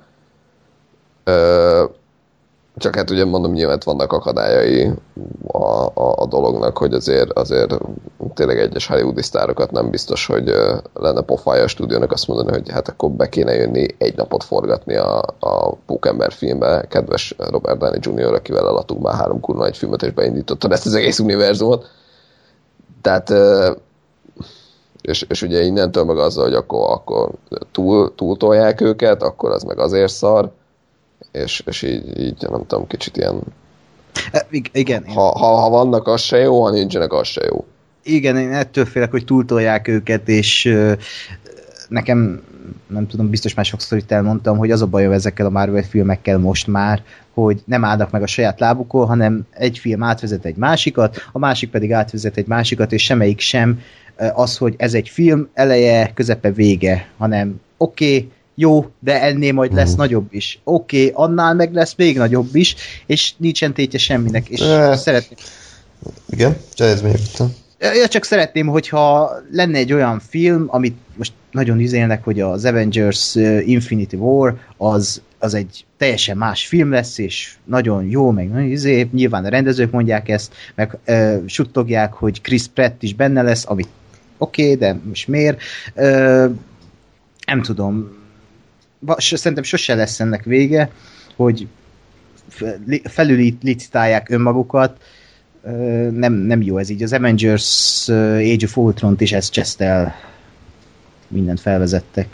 Csak hát ugye mondom, nyilván vannak akadályai a dolognak, hogy azért tényleg egyes hollywoodi sztárokat nem biztos, hogy lenne pofája a stúdiónak azt mondani, hogy hát akkor be kéne jönni egy napot forgatni a Pókember filmbe, kedves Robert Downey Jr., akivel eladtunk már 3 kurva egy filmet, és beindítottad ezt az egész univerzumot. Tehát és ugye innentől meg azzal, hogy akkor túltolják őket, akkor az meg azért szar, és így nem tudom, kicsit ilyen... Igen. Ha vannak, az se jó, ha nincsenek, az se jó. Igen, én ettől félek, hogy túltolják őket, és nekem, nem tudom, biztos már sokszor itt elmondtam, hogy az a bajom ezekkel a Marvel filmekkel most már, hogy nem állnak meg a saját lábukon, hanem egy film átvezet egy másikat, a másik pedig átvezet egy másikat, és semmelyik sem az, hogy ez egy film eleje, közepe, vége, hanem oké, jó, de ennél majd lesz nagyobb is. Oké, annál meg lesz még nagyobb is, és nincsen tétje semminek, és szeretném... Igen, ez megjöttem. Ja, csak szeretném, hogyha lenne egy olyan film, amit most nagyon izélnek, hogy az Avengers Infinity War, az egy teljesen más film lesz, és nagyon jó, meg nagyon nyilván a rendezők mondják ezt, meg suttogják, hogy Chris Pratt is benne lesz, amit oké, de most miért? Nem tudom. Szerintem sose lesz ennek vége, hogy felüllicitálják önmagukat. Nem jó ez így. Az Avengers Age of Ultron-t is ezt cseszt el. Mindent felvezettek.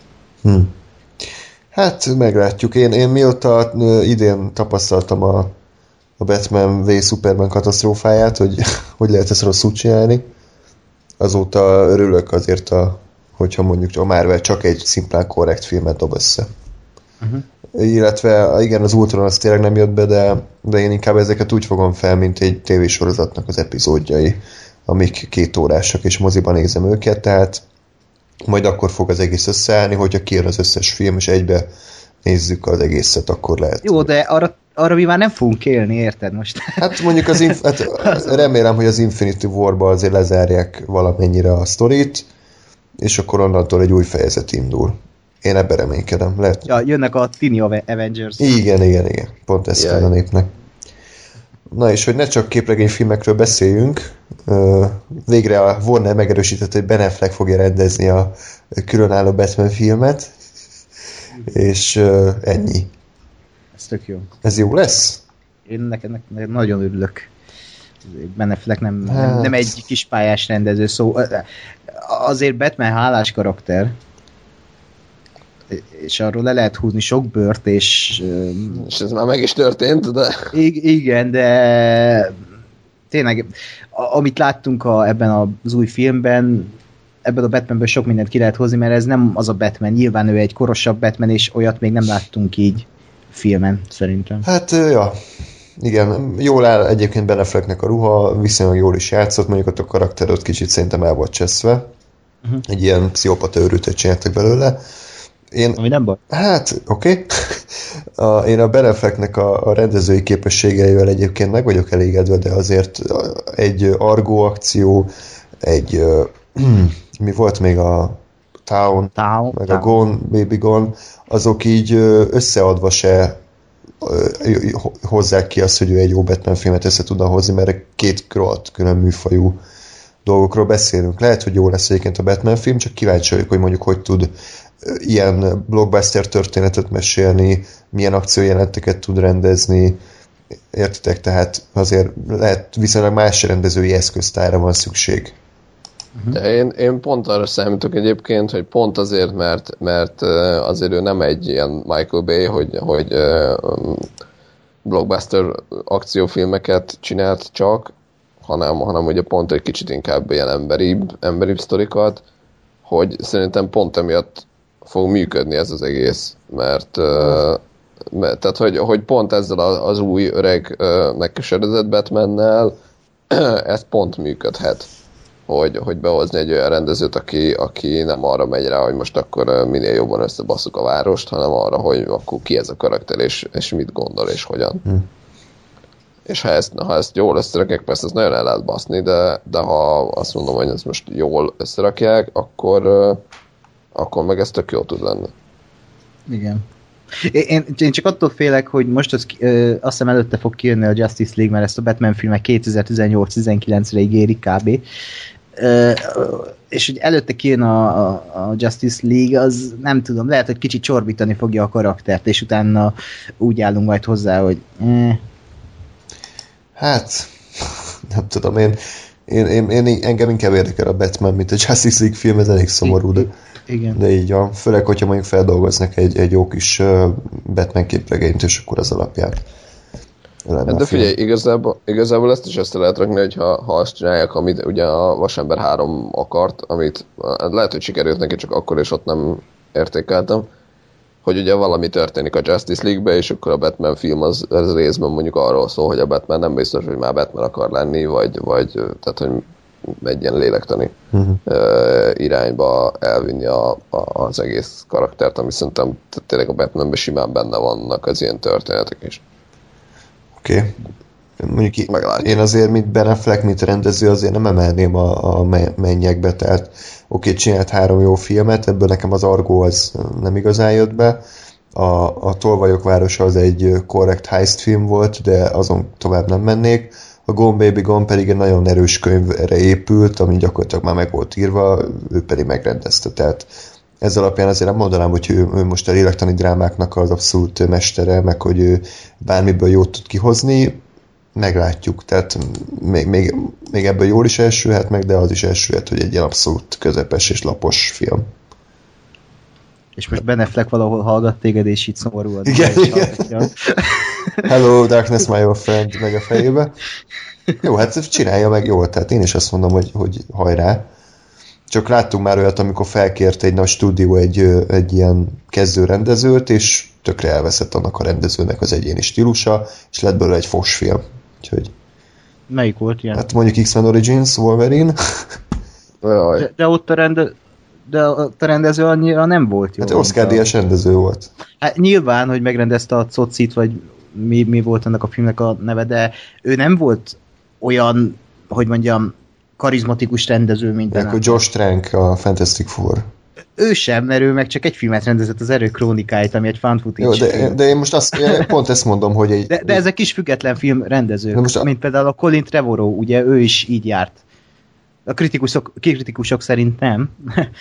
Hát meglátjuk. Én mióta idén tapasztaltam a Batman v Superman katasztrófáját, hogy lehet ezt rosszul csinálni, azóta örülök azért, hogyha mondjuk a Marvel csak egy szimplán korrekt filmet dob össze. Illetve igen, az Ultron az tényleg nem jött be, de én inkább ezeket úgy fogom fel, mint egy tévésorozatnak az epizódjai, amik 2 órásak, és moziban nézem őket, tehát majd akkor fog az egész összeállni, hogyha kijön az összes film, és egybe nézzük az egészet, akkor lehet. Jó, de arra mi már nem fogunk élni, érted most? Hát mondjuk remélem, hogy az Infinity War-ba azért lezárják valamennyire a sztorit, és akkor onnantól egy új fejezet indul. Én ebben reménykedem. Lehet... Ja, jönnek a Tiny Avengers. Igen. Pont ezt kell a népnek. Na és hogy ne csak képregényfilmekről beszéljünk, végre a Warner megerősített, hogy Ben Affleck fogja rendezni a különálló Batman filmet, és ennyi. Ez tök jó. Ez jó lesz? Én nekem nagyon örülök. Ben Affleck nem egy kispályás rendező, szó. Azért Batman hálás karakter, és arról le lehet húzni sok bört, és ez már meg is történt, de... Igen, de tényleg, amit láttunk ebben az új filmben, ebből a Batmanből sok mindent ki lehet hozni, mert ez nem az a Batman, nyilván ő egy korosabb Batman, és olyat még nem láttunk így filmen, szerintem. Hát, ja. Igen, jól áll egyébként Ben Afflecknek a ruha, viszonylag jól is játszott, mondjuk ott a karakterot kicsit szerintem el volt cseszve. Egy ilyen pszichopata őrültet csináltak belőle. Ami nem baj. Hát, oké. Én a Ben Afflecknek a rendezői képességeivel egyébként meg vagyok elégedve, de azért egy Argo akció, egy mi volt még a Town, meg a Gone, Baby Gone, azok így összeadva se hozzák ki azt, hogy ő egy jó Batman filmet össze tudna hozni, mert 2 külön műfajú dolgokról beszélünk. Lehet, hogy jó lesz egyébként a Batman film, csak kíváncsi vagyok, hogy mondjuk hogy tud ilyen blockbuster történetet mesélni, milyen akciójelenteket tud rendezni, értitek? Tehát azért lehet viszonylag más rendezői eszköztárra van szükség. De én pont arra számítok egyébként, hogy pont azért, mert azért ő nem egy ilyen Michael Bay, hogy blockbuster akciófilmeket csinált csak, hanem ugye pont egy kicsit inkább ilyen emberibb sztorikat, hogy szerintem pont emiatt fog működni ez az egész, mert tehát, hogy pont ezzel az új öreg megkeseredett Batmannel ez pont működhet, hogy behozni egy olyan rendezőt, aki nem arra megy rá, hogy most akkor minél jobban összebasszuk a várost, hanem arra, hogy akkor ki ez a karakter, és mit gondol, és hogyan. És ha ezt jól összerakják, persze ez nagyon el lehet baszni, de ha azt mondom, hogy ezt most jól összerakják, akkor meg ez tök jó tud lenni. Igen. Én csak attól félek, hogy most azt hiszem előtte fog kijönni a Justice League, mert ezt a Batman filmek 2018-19-re ígérik kb. És hogy előtte kijön a Justice League, az nem tudom, lehet, hogy kicsit csorbítani fogja a karaktert, és utána úgy állunk majd hozzá, hogy Hát, nem tudom, engem inkább érdekel a Batman, mint a Justice League film, ez elég szomorú, igen. De így van. Főleg, hogyha mondjuk feldolgoznak egy jó kis Batman képregényt, és akkor az alapján. De figyelj, igazából ezt is össze lehet rakni, hogy ha azt csinálják, amit ugye a Vasember 3 akart, amit lehet, hogy sikerült neki, csak akkor és ott nem értékeltem, hogy ugye valami történik a Justice League-be, és akkor a Batman film az részben mondjuk arról szól, hogy a Batman nem biztos, hogy már Batman akar lenni, vagy tehát, hogy egy ilyen lélektani irányba elvinni az egész karaktert, ami szerintem tényleg a Batmanben simán benne vannak az ilyen történetek is. Oké. Mondjuk én azért, mint Ben Affleck, mint rendező, azért nem emelném a mennyekbe, tehát csinált 3 jó filmet, ebből nekem az Argo az nem igazán jött be. A Tolvajok városa az egy korrekt heist film volt, de azon tovább nem mennék. A Gone Baby Gone pedig egy nagyon erős könyvre épült, ami gyakorlatilag már meg volt írva, ő pedig megrendezte, tehát ez alapján azért nem mondanám, hogy ő most a lélektani drámáknak az abszolút mestere, meg hogy ő bármiből jót tud kihozni, meglátjuk, tehát még ebből jól is elsülhet meg, de az is elsülhet, hogy egy ilyen abszolút közepes és lapos film. És most Ben Affleck valahol hallgat téged, és így szomorúan. Igen. Hello, darkness, my old friend, meg a fejébe. Jó, hát csinálja meg jól, tehát én is azt mondom, hogy hajrá. Csak láttunk már olyat, amikor felkért egy nagy stúdió egy ilyen kezdőrendezőt, és tökre elveszett annak a rendezőnek az egyéni stílusa, és lett belőle egy fos film. Úgyhogy... Melyik volt ilyen? Hát mondjuk X-Men Origins, Wolverine. De ott a rendező annyira nem volt jó. Hát Oscar-díjas rendező volt. Hát nyilván, hogy megrendezte a Cocit, vagy mi volt ennek a filmnek a neve, de ő nem volt olyan, hogy mondjam, karizmatikus rendező, mint Ben. Akkor Josh Trank, a Fantastic Four. Ő sem, mert ő meg csak egy filmet rendezett, az Erők Krónikáit, ami egy fan footage. Jó, de én most pont ezt mondom, hogy egy... De ezek kis független filmrendezők, mint például a Colin Trevorrow, ugye ő is így járt. A kritikusok szerint nem,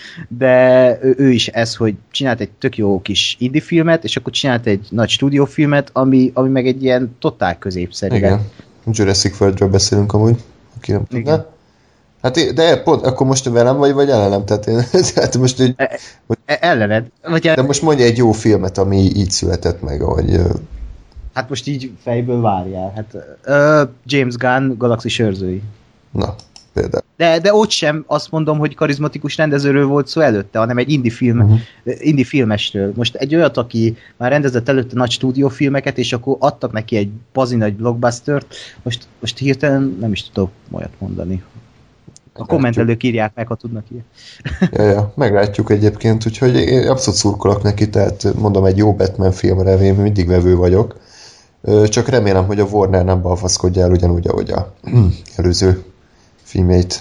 de ő is ez, hogy csinált egy tök jó kis indie filmet, és akkor csinált egy nagy stúdiófilmet, ami meg egy ilyen totál középszerű. Igen. Jurassic Worldről beszélünk amúgy, aki nem tudná. Hát de pont, akkor most velem vagy ellenem? Tehát most így... Ellened. De most mondja egy jó filmet, ami így született meg, ahogy... Hát most így fejből várjál. Hát, James Gunn, Galaxis őrzői. Na, például. De ott sem azt mondom, hogy karizmatikus rendezőről volt szó előtte, hanem egy indie filmesről. Most egy olyat, aki már rendezett előtte nagy stúdiófilmeket, és akkor adtak neki egy bazi nagy blockbustert, most hirtelen nem is tudok olyat mondani. A kommentelők írják meg, ha tudnak ilyen. Ja, meglátjuk egyébként, úgyhogy én abszolút szurkolok neki, tehát mondom, egy jó Batman filmre én mindig vevő vagyok. Csak remélem, hogy a Warner nem balfaszkodja el ugyanúgy, ahogy a előző filmjeit.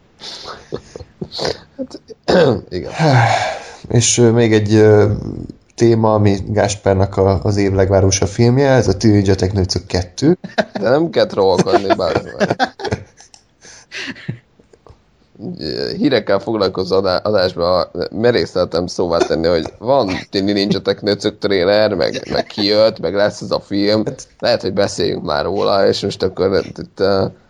Hát, igen. És még egy téma, ami Gáspárnak az év legvárosabb filmje, ez a Teenage Technőcök 2. De nem kell trollkodni, bármi. Hírekkel foglalkozó adásban merészeltem szóvá tenni, hogy van Ninja Technőcök trailer, meg kijött, meg lesz ez a film, lehet, hogy beszéljünk már róla, és most akkor itt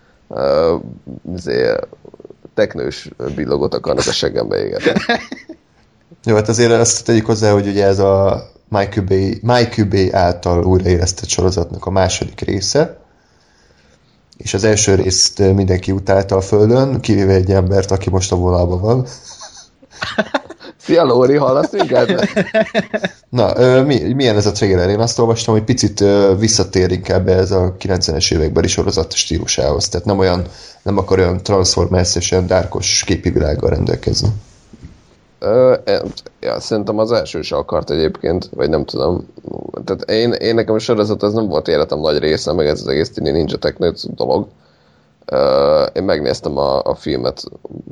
teknős billogot akarnak a seggembe égetni. Jó, hát azért azt tegyük hozzá, hogy ugye ez a Michael Bay által újraélesztett sorozatnak a második része, és az első részt mindenki utálta a földön, kivéve egy embert, aki most a vonalban van. Szia Lóri, hallasz minket? Na, milyen ez a trailer? Én azt olvastam, hogy picit visszatér inkább ez a 90-es évekbeli sorozat stílusához, tehát nem akar olyan Transformers és olyan dárkos képi világgal rendelkezni. Ja, szerintem az első se akart egyébként, vagy nem tudom, Tehát én nekem a sorozat az nem volt életem nagy része, meg ez az egész Tini Ninja Technőc dolog. Én megnéztem a filmet,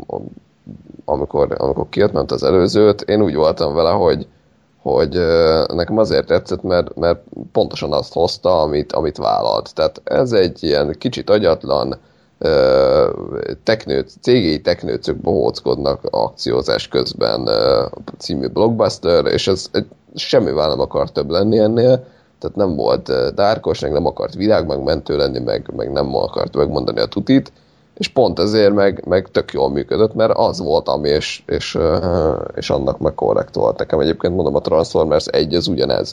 amikor kijött, ment az előzőt. Én úgy voltam vele, hogy nekem azért tetszett, mert pontosan azt hozta, amit vállalt. Tehát ez egy ilyen kicsit agyatlan, cégéi teknőcök bohóckodnak akciózás közben című blockbuster, és ez semmivel nem akart több lenni ennél, tehát nem volt dárkos, meg nem akart világmegmentő lenni, meg nem akart megmondani a tutit, és pont ezért meg tök jól működött, mert az volt, ami, és annak meg korrekt volt. Nekem egyébként mondom, a Transformers 1 az ugyanez.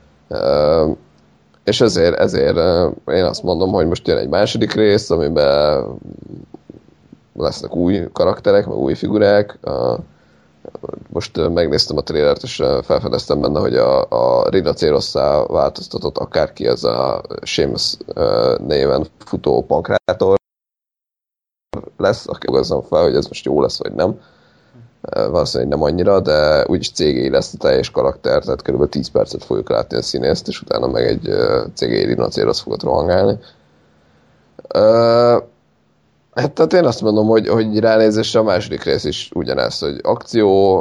És ezért én azt mondom, hogy most jön egy második rész, amiben lesznek új karakterek, meg új figurák. Most megnéztem a trailert, és felfedeztem benne, hogy a Rhinocérosszá változtatott akárki, ez a Seamus néven futó pankrátor lesz, aki hozzam fel, hogy ez most jó lesz, vagy nem. Valószínűleg nem annyira, de úgyis cégéi lesz a teljes karakter, tehát kb. 10 percet fogjuk látni a színészt, és utána meg egy cégéi Rhinocérosz fogod rohangálni. Hát tehát én azt mondom, hogy ránézésre a második rész is ugyanez, hogy akció,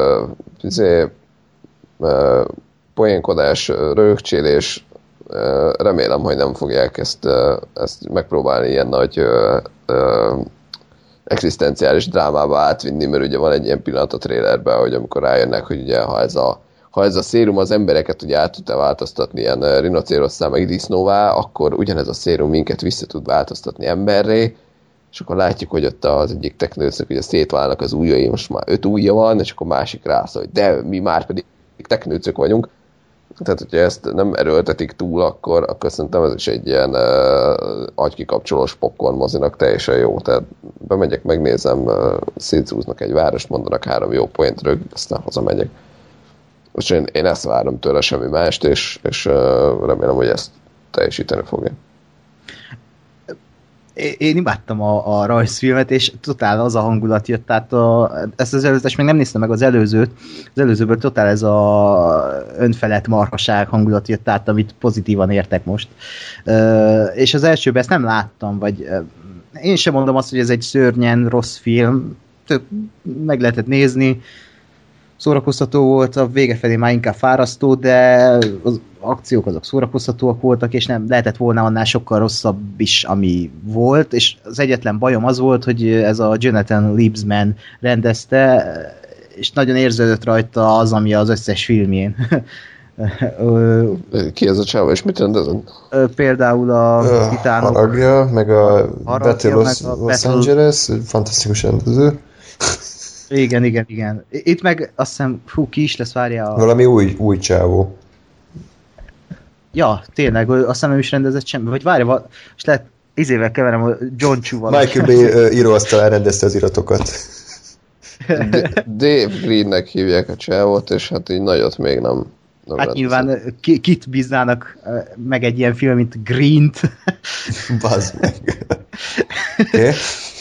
poénkodás, röhögcsélés, remélem, hogy nem fogják ezt megpróbálni ilyen nagy egzisztenciális drámába átvinni, mert ugye van egy ilyen pillanat a trailerben, hogy amikor rájönnek, hogy ugye ha ez a szérum az embereket ugye át tud változtatni ilyen rinocérosszá meg disznóvá, akkor ugyanez a szérum minket vissza tud változtatni emberré, és akkor látjuk, hogy ott az egyik teknőcnek ugye szétválnak az ujjai, most már 5 ujja van, és akkor másik rászól, hogy de mi már pedig teknőcök vagyunk. Tehát, hogyha ezt nem erőltetik túl, akkor szerintem ez is egy ilyen agykikapcsolós popcorn mozinak teljesen jó. Tehát bemegyek, megnézem, szétszúznak egy várost, mondanak 3 jó poént rög, aztán hazamegyek. És én ezt várom tőle, semmi mást, és remélem, hogy ezt teljesíteni fogja. Én imádtam a rajzfilmet, és totál az a hangulat jött, tehát ezt az előzőt, még nem néztem meg az előzőt, az előzőből totál ez a önfelett marhaság hangulat jött át, amit pozitívan értek most. És az elsőben ezt nem láttam, vagy én sem mondom azt, hogy ez egy szörnyen rossz film, meg lehetett nézni, szórakoztató volt, a vége felé már inkább fárasztó, de az akciók azok szórakoztatóak voltak, és nem lehetett volna annál sokkal rosszabb is, ami volt, és az egyetlen bajom az volt, hogy ez a Jonathan Liebsman rendezte, és nagyon érződött rajta az, ami az összes filmjén. Ki ez a csáva, és mit rendezett? Például a Titánok. Haragja, meg a Battle Los Angeles, fantasztikus rendező. Igen. Itt meg azt hiszem, ki is lesz, várja. Valami új csávó. Ja, tényleg, azt hiszem nem is rendezett semmi. Vagy várja, most lehet izével keverem a John Chu-val. Michael Bay íróasztalán rendezte az iratokat. Dave Greennek hívják a csávót, és hát így nagyot még nem hát rendezett. nyilván kit bíznának meg egy ilyen film, mint Green-t. Bazd meg. Okay.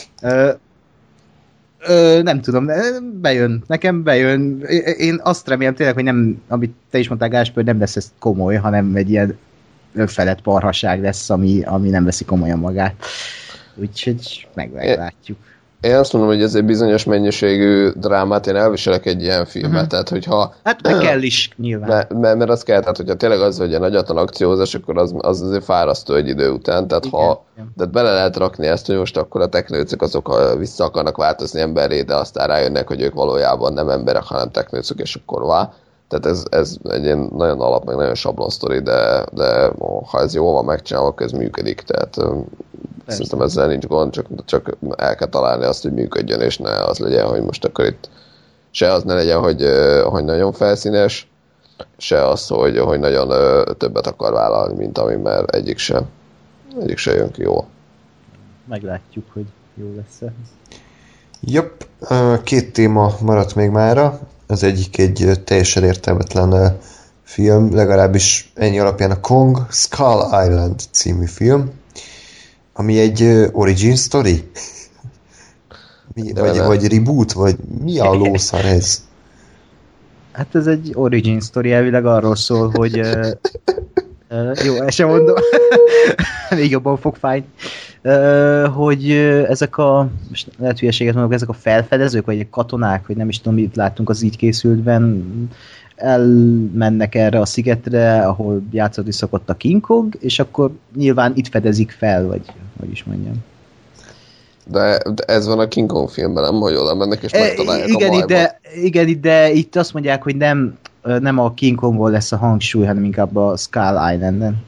Nem tudom, bejön. Nekem bejön. Én azt remélem tényleg, hogy nem, amit te is mondtál, Gáspár, nem lesz ez komoly, hanem egy ilyen önfelett parhasság lesz, ami nem veszi komolyan magát. Úgyhogy meglátjuk. Én azt mondom, hogy ez egy bizonyos mennyiségű drámát én elviselek egy ilyen filmet, tehát hogyha... Hát meg kell is, nyilván. Mert az kell, tehát hogyha tényleg az, hogy egy nagyatlan akciózás, akkor az azért fárasztó egy idő után, tehát tehát bele lehet rakni ezt, hogy most akkor a teknőcök azok vissza akarnak változni emberré, de aztán rájönnek, hogy ők valójában nem emberek, hanem teknőcök, és akkor Tehát ez egy ilyen nagyon alap, meg nagyon sablon sztori, de ha ez jól van megcsinálva, akkor ez működik, tehát szerintem ezzel nincs gond, csak el kell találni azt, hogy működjön, és ne az legyen, hogy most akkor itt se az ne legyen, hogy nagyon felszínes, se az, hogy nagyon többet akar vállalni, mint ami, mert egyik se jön ki jól. Meglátjuk, hogy jó lesz-e. Jobb, 2 téma maradt még mára. Az egyik egy teljesen értelmetlen film, legalábbis ennyi alapján a Kong Skull Island című film, ami egy origin story? Vagy reboot? Vagy mi a lószar ez? Hát ez egy origin story, elvileg arról szól, hogy jó, el sem mondom, még jobban fog fájni, hogy ezek a, most lehet hülyeséget mondok, ezek a felfedezők, vagy katonák, vagy nem is tudom, mit láttunk az így készültben, elmennek erre a szigetre, ahol játszani szokott a King Kong, és akkor nyilván itt fedezik fel, vagy hogy is mondjam. De ez van a King Kong filmben, nem? Hogy oda mennek és megtalálják igen, a majmot. Igen, de itt azt mondják, hogy nem a King Kongból lesz a hangsúly, hanem inkább a Skull Islanden.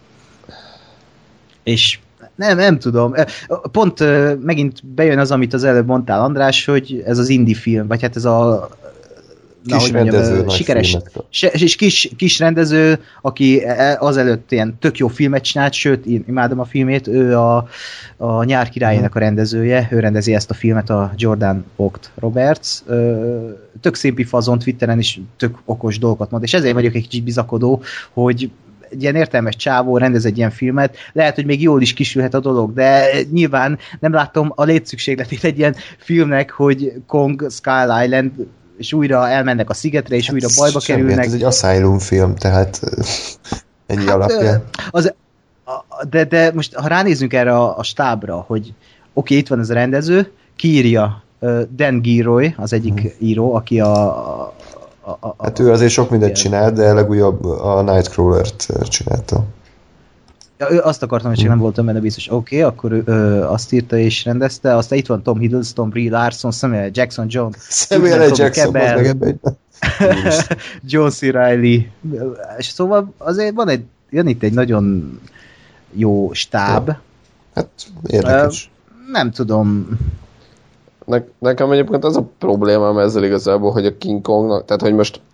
És nem tudom. Pont megint bejön az, amit az előbb mondtál, András, hogy ez az indie film, vagy hát ez a sikeres kis rendező, aki azelőtt ilyen tök jó filmet csinált, sőt, én imádom a filmét, ő a Nyár királyának a rendezője, ő rendezi ezt a filmet, a Jordan Vogt Roberts. Tök szépi fazon, Twitteren is tök okos dolgokat mond, és ezért vagyok egy kicsit bizakodó, hogy egy ilyen értelmes csávó rendez egy ilyen filmet, lehet, hogy még jól is kisülhet a dolog, de nyilván nem látom a létszükségletét egy ilyen filmnek, hogy Kong, Skull Island, és újra elmennek a szigetre, és hát újra bajba kerülnek. Ez egy Asylum film, tehát ennyi alapján. De most, ha ránézzünk erre a stábra, hogy oké, itt van ez a rendező, kiírja Dan Gilroy, az egyik író, aki hát ő azért sok mindent csinált, de legújabb a Nightcrawler-t csinálta. Ja, azt akartam, hogy csak nem voltam benne biztos. Oké, akkor ő azt írta és rendezte. Aztán itt van Tom Hiddleston, Brie Larson, Samuel Jackson, Samuel Jackson, meg ebben. John C. Reilly. És szóval azért jön itt egy nagyon jó stáb. Ja. Hát érdekes. Nem tudom. Nekem egyébként az a problémám ezzel igazából, hogy a King Kongnak, tehát hogy most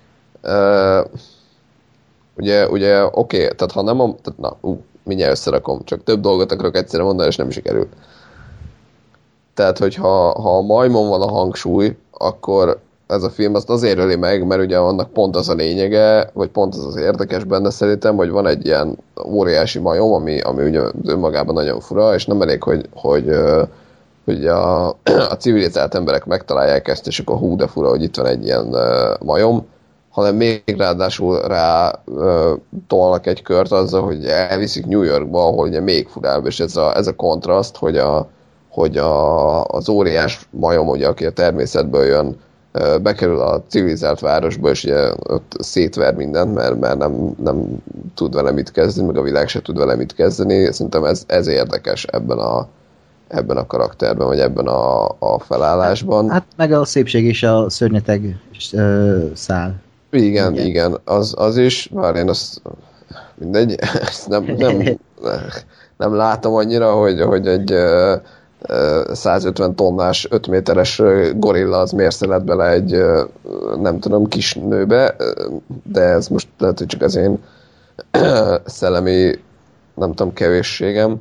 ugye oké, tehát ha nem mindjárt összerakom, csak több dolgot akarok egyszerre mondani, és nem sikerül. Tehát, hogyha a majmon van a hangsúly, akkor ez a film azt azért öli meg, mert ugye annak pont az a lényege, vagy pont az érdekes benne szerintem, hogy van egy ilyen óriási majom, ami ugye önmagában nagyon fura, és nem elég, hogy a civilizált emberek megtalálják ezt, és akkor hú de fura, hogy itt van egy ilyen majom, hanem még ráadásul tolnak egy kört azzal, hogy elviszik New Yorkba, ahol ugye még furább, és ez a kontraszt, hogy az óriás majom, ugye, aki a természetből jön, bekerül a civilizált városba, és ugye ott szétver mindent, mert nem tud vele mit kezdeni, meg a világ se tud vele mit kezdeni. Szerintem ez érdekes ebben a karakterben, vagy ebben a felállásban. Hát meg a szépség és a szörnyeteg szál. Igen, az is, bár én azt mindegy, ezt nem látom annyira, hogy egy 150 tonnás, 5 méteres gorilla az miért szeret bele egy nem tudom, kis nőbe, de ez most lehet, hogy csak az én szellemi nem tudom, kevésségem.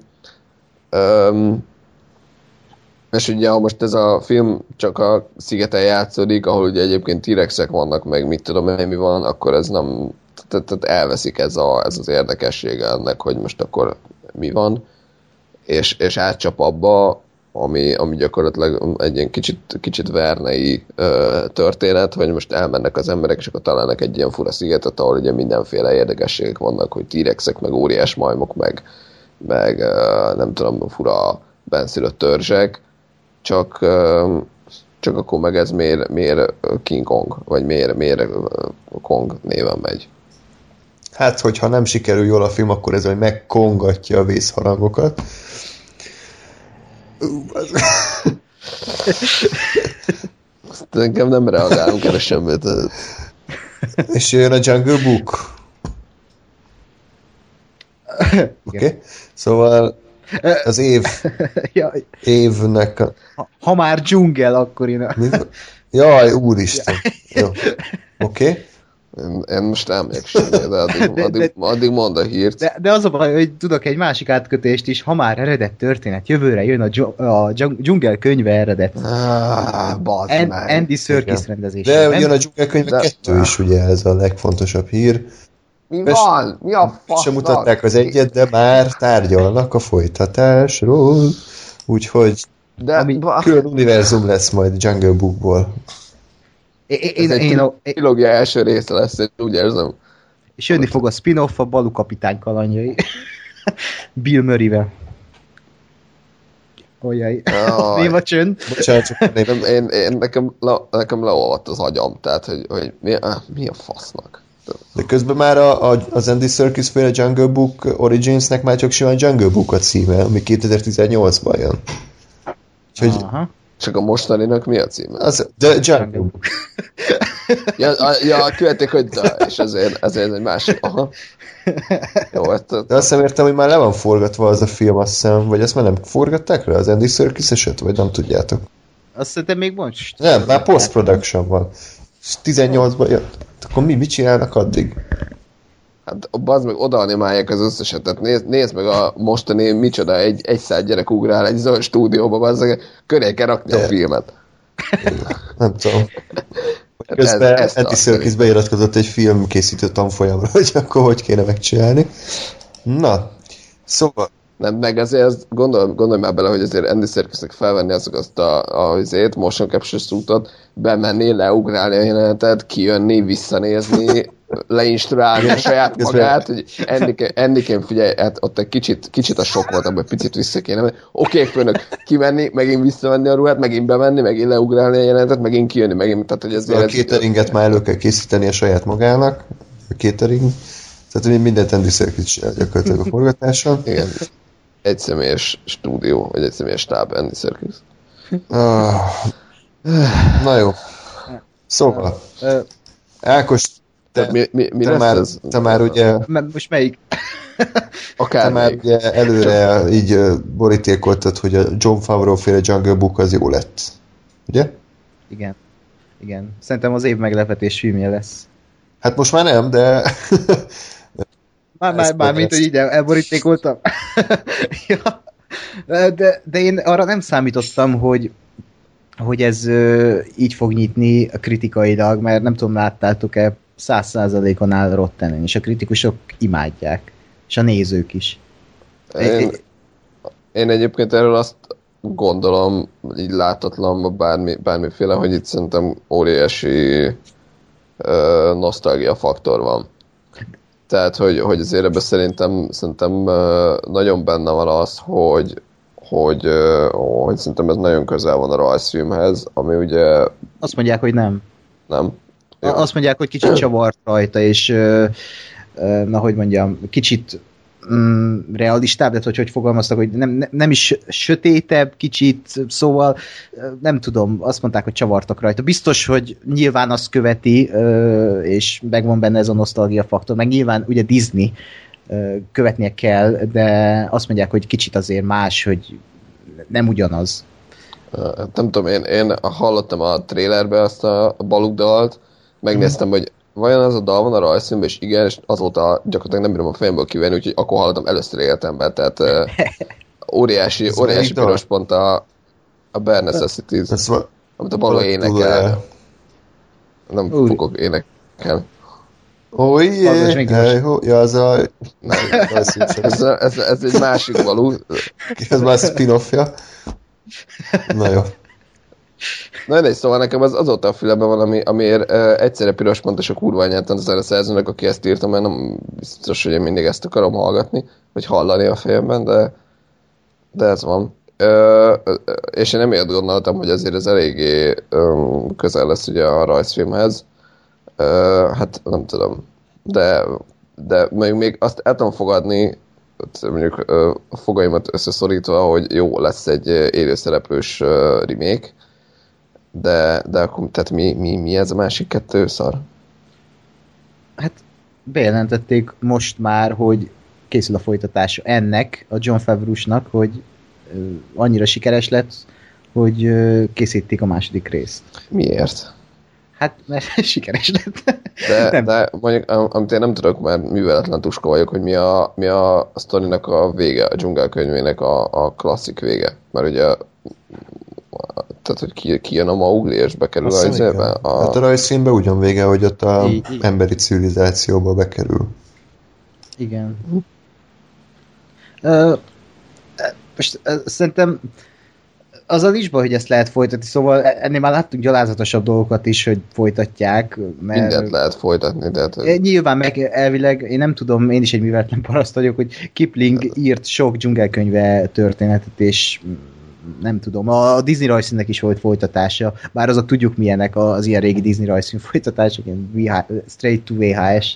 És ugye, ha most ez a film csak a szigeten játszódik, ahol ugye egyébként T-rexek vannak, meg mit tudom én, mi van, akkor ez nem, tehát elveszik ez az érdekessége ennek, hogy most akkor mi van, és átcsap abba, ami gyakorlatilag egy ilyen kicsit vernei történet, hogy most elmennek az emberek, és akkor találnak egy ilyen fura szigetet, ahol ugye mindenféle érdekességek vannak, hogy T-rexek, meg óriás majmok, meg nem tudom, fura benszülött törzsek, csak akkor meg ez miért King Kong, vagy miért Kong néven megy. Hát, hogyha nem sikerül jól a film, akkor ez majd megkongatja a vészharangokat. Nekem nem reagálunk erre semmit. És jön a Jungle Book. Oké? Szóval az évnek ha már dzsungel, akkor én... Jaj, úristen. Jó. Oké? Én most emlékszem, de addig mondd a hírt. De az a baj, hogy tudok egy másik átkötést is, ha már eredet történet, jövőre jön a dzsungel könyve eredet. Andy Serkis rendezése. De jön a dzsungel könyve 2 is, ugye, ez a legfontosabb hír. Mi van? Mi a fasznak? Sem mutatták az egyet, de már tárgyalnak a folytatásról. Úgyhogy külön univerzum lesz majd Jungle Bookból. trilógia első része lesz, én úgy érzem. És jönni fog a spin-off a Balú kapitány kalandjai. Bill Murray-vel. Olyaj. Mi a csönd? Bocsánat, csak nekem leolvadt az agyam, tehát, hogy mi a fasznak? De közben már az Andy Serkis féle Jungle Book Originsnek már csak simán Jungle Book a címe, ami 2018-ban jön. Úgyhogy... Csak a mostaninak mi a címe? The Jungle Book. Követték, hogy és ezért egy másik. Aha. Jó, de azt nem értem, hogy már le van forgatva az a film, azt hiszem, vagy ezt már nem forgatták le, az Andy Serkis eset, vagy nem tudjátok? Azt szerintem még most. Nem, már post-production van. 18-ban jött. Akkor mit csinálnak addig? Hát bazd meg, odaanimálják az összeset, tehát nézd meg a mostani micsoda, egy száz gyerek ugrál egy zöld stúdióba, bazd meg, köré kell rakni a filmet. Nem tudom. Közben Andy Serkis beiratkozott egy filmkészítő tanfolyamra, hogy akkor hogy kéne megcsinálni. Na, szóval... Nem, meg ezért gondolj már bele, hogy azért Andy Serkisnek felvenni azt a motion capture suitot, bemenni, leugrálni a jelenetet, kijönni, visszanézni, leinstruálni a saját magát, hogy Endikén figyelj, hát ott egy kicsit a sok volt, abban picit vissza kéne menni. Oké, főnök, kimenni, megint visszavenni a ruhát, megint bemenni, megint leugrálni a jelenetet, megint kijönni, megint, tehát hogy ez... A cateringet már elő kell készíteni a saját magának, a catering, tehát mindent Andy Serkis csinál gyakorlatilag a forgatáson. Igen. Egy személyes stúdió, vagy egy személyes stáb, Andy Serkis. Na jó. Szóval, Ákos, te már ugye... Most melyik? Te már ugye előre így borítékoltad, hogy a Jon Favreau féle Jungle Book az jó lett. Ugye? Igen. Szerintem az év meglepetés filmje lesz. Hát most már nem, de... Már mint, hogy így elborítékoltam. Ja. De én arra nem számítottam, hogy ez így fog nyitni kritikailag, mert nem tudom, láttátok-e, 100%-on áll Rottenen, és a kritikusok imádják. És a nézők is. Én egyébként erről azt gondolom, így látatlanban bármiféle, hogy itt szerintem óriási nosztalgia faktor van. Tehát, hogy azért ebben szerintem nagyon benne van az, hogy szerintem ez nagyon közel van a rajzfilmhez, ami ugye... Azt mondják, hogy nem. Nem? Ja. Azt mondják, hogy kicsit csavart rajta, és hogy mondjam, kicsit realistább, de hogy fogalmaztak, hogy nem is sötétebb kicsit, szóval nem tudom, azt mondták, hogy csavartak rajta. Biztos, hogy nyilván azt követi, és megvan benne ez a nosztalgia faktor, meg nyilván ugye Disney követnie kell, de azt mondják, hogy kicsit azért más, hogy nem ugyanaz. Nem tudom, én hallottam a trailerbe azt a Balug dalt, megnéztem, hogy vajon az a dal van a rajzfilmben, és igen, és azóta gyakorlatilag nem bírom a fejemből kivenni, úgyhogy akkor hallottam először életemben, tehát óriási piros pont a Bare Necessities, amit a Balú énekel. Nem fogok énekelni. Oh yeah! Ja, az a... Ez egy másik Balú. Ez már spin-offja. Na jó. Na egy szóval nekem az azóta a fülemben van, amiért egyszerre piros pont, és a kurva anyát az a szerzőnek, aki ezt írta, mert nem biztos, hogy én mindig ezt akarom hallgatni, vagy hallani a fejemben, de ez van. És én emiatt gondoltam, hogy azért ez eléggé közel lesz ugye a rajzfilmhez. Hát nem tudom. De még azt el tudom fogadni, mondjuk a fogaimat összeszorítva, hogy jó, lesz egy élőszereplős remake, de akkor, tehát mi ez a másik kettő szar? Hát bejelentették most már, hogy készül a folytatása ennek, a Jon Favreau-snak, hogy annyira sikeres lett, hogy készítik a mászódik részt. Miért? Hát, mert sikeres lett. De mondjuk, amit én nem tudok, mert műveletlen tuska vagyok, hogy mi a sztorinak a vége, a dzsungel könyvének a klasszik vége. Mert ugye tehát, hogy ki jön a Mowgli, és bekerül a izébe. Hát a rajzfilmben ugyan vége, hogy ott a emberi civilizációba bekerül. Igen. Most szerintem az a nincs baj, hogy ezt lehet folytatni, szóval ennél már láttunk gyalázatosabb dolgokat is, hogy folytatják. Mert Mindent lehet folytatni, de... Nyilván meg elvileg, én nem tudom, én is egy műveletlen paraszt vagyok, hogy Kipling írt sok dzsungelkönyve történetet, és nem tudom, a Disney rajzfilmnek is volt folytatása, bár azok tudjuk milyenek az ilyen régi Disney rajzfilm folytatások, straight to VHS.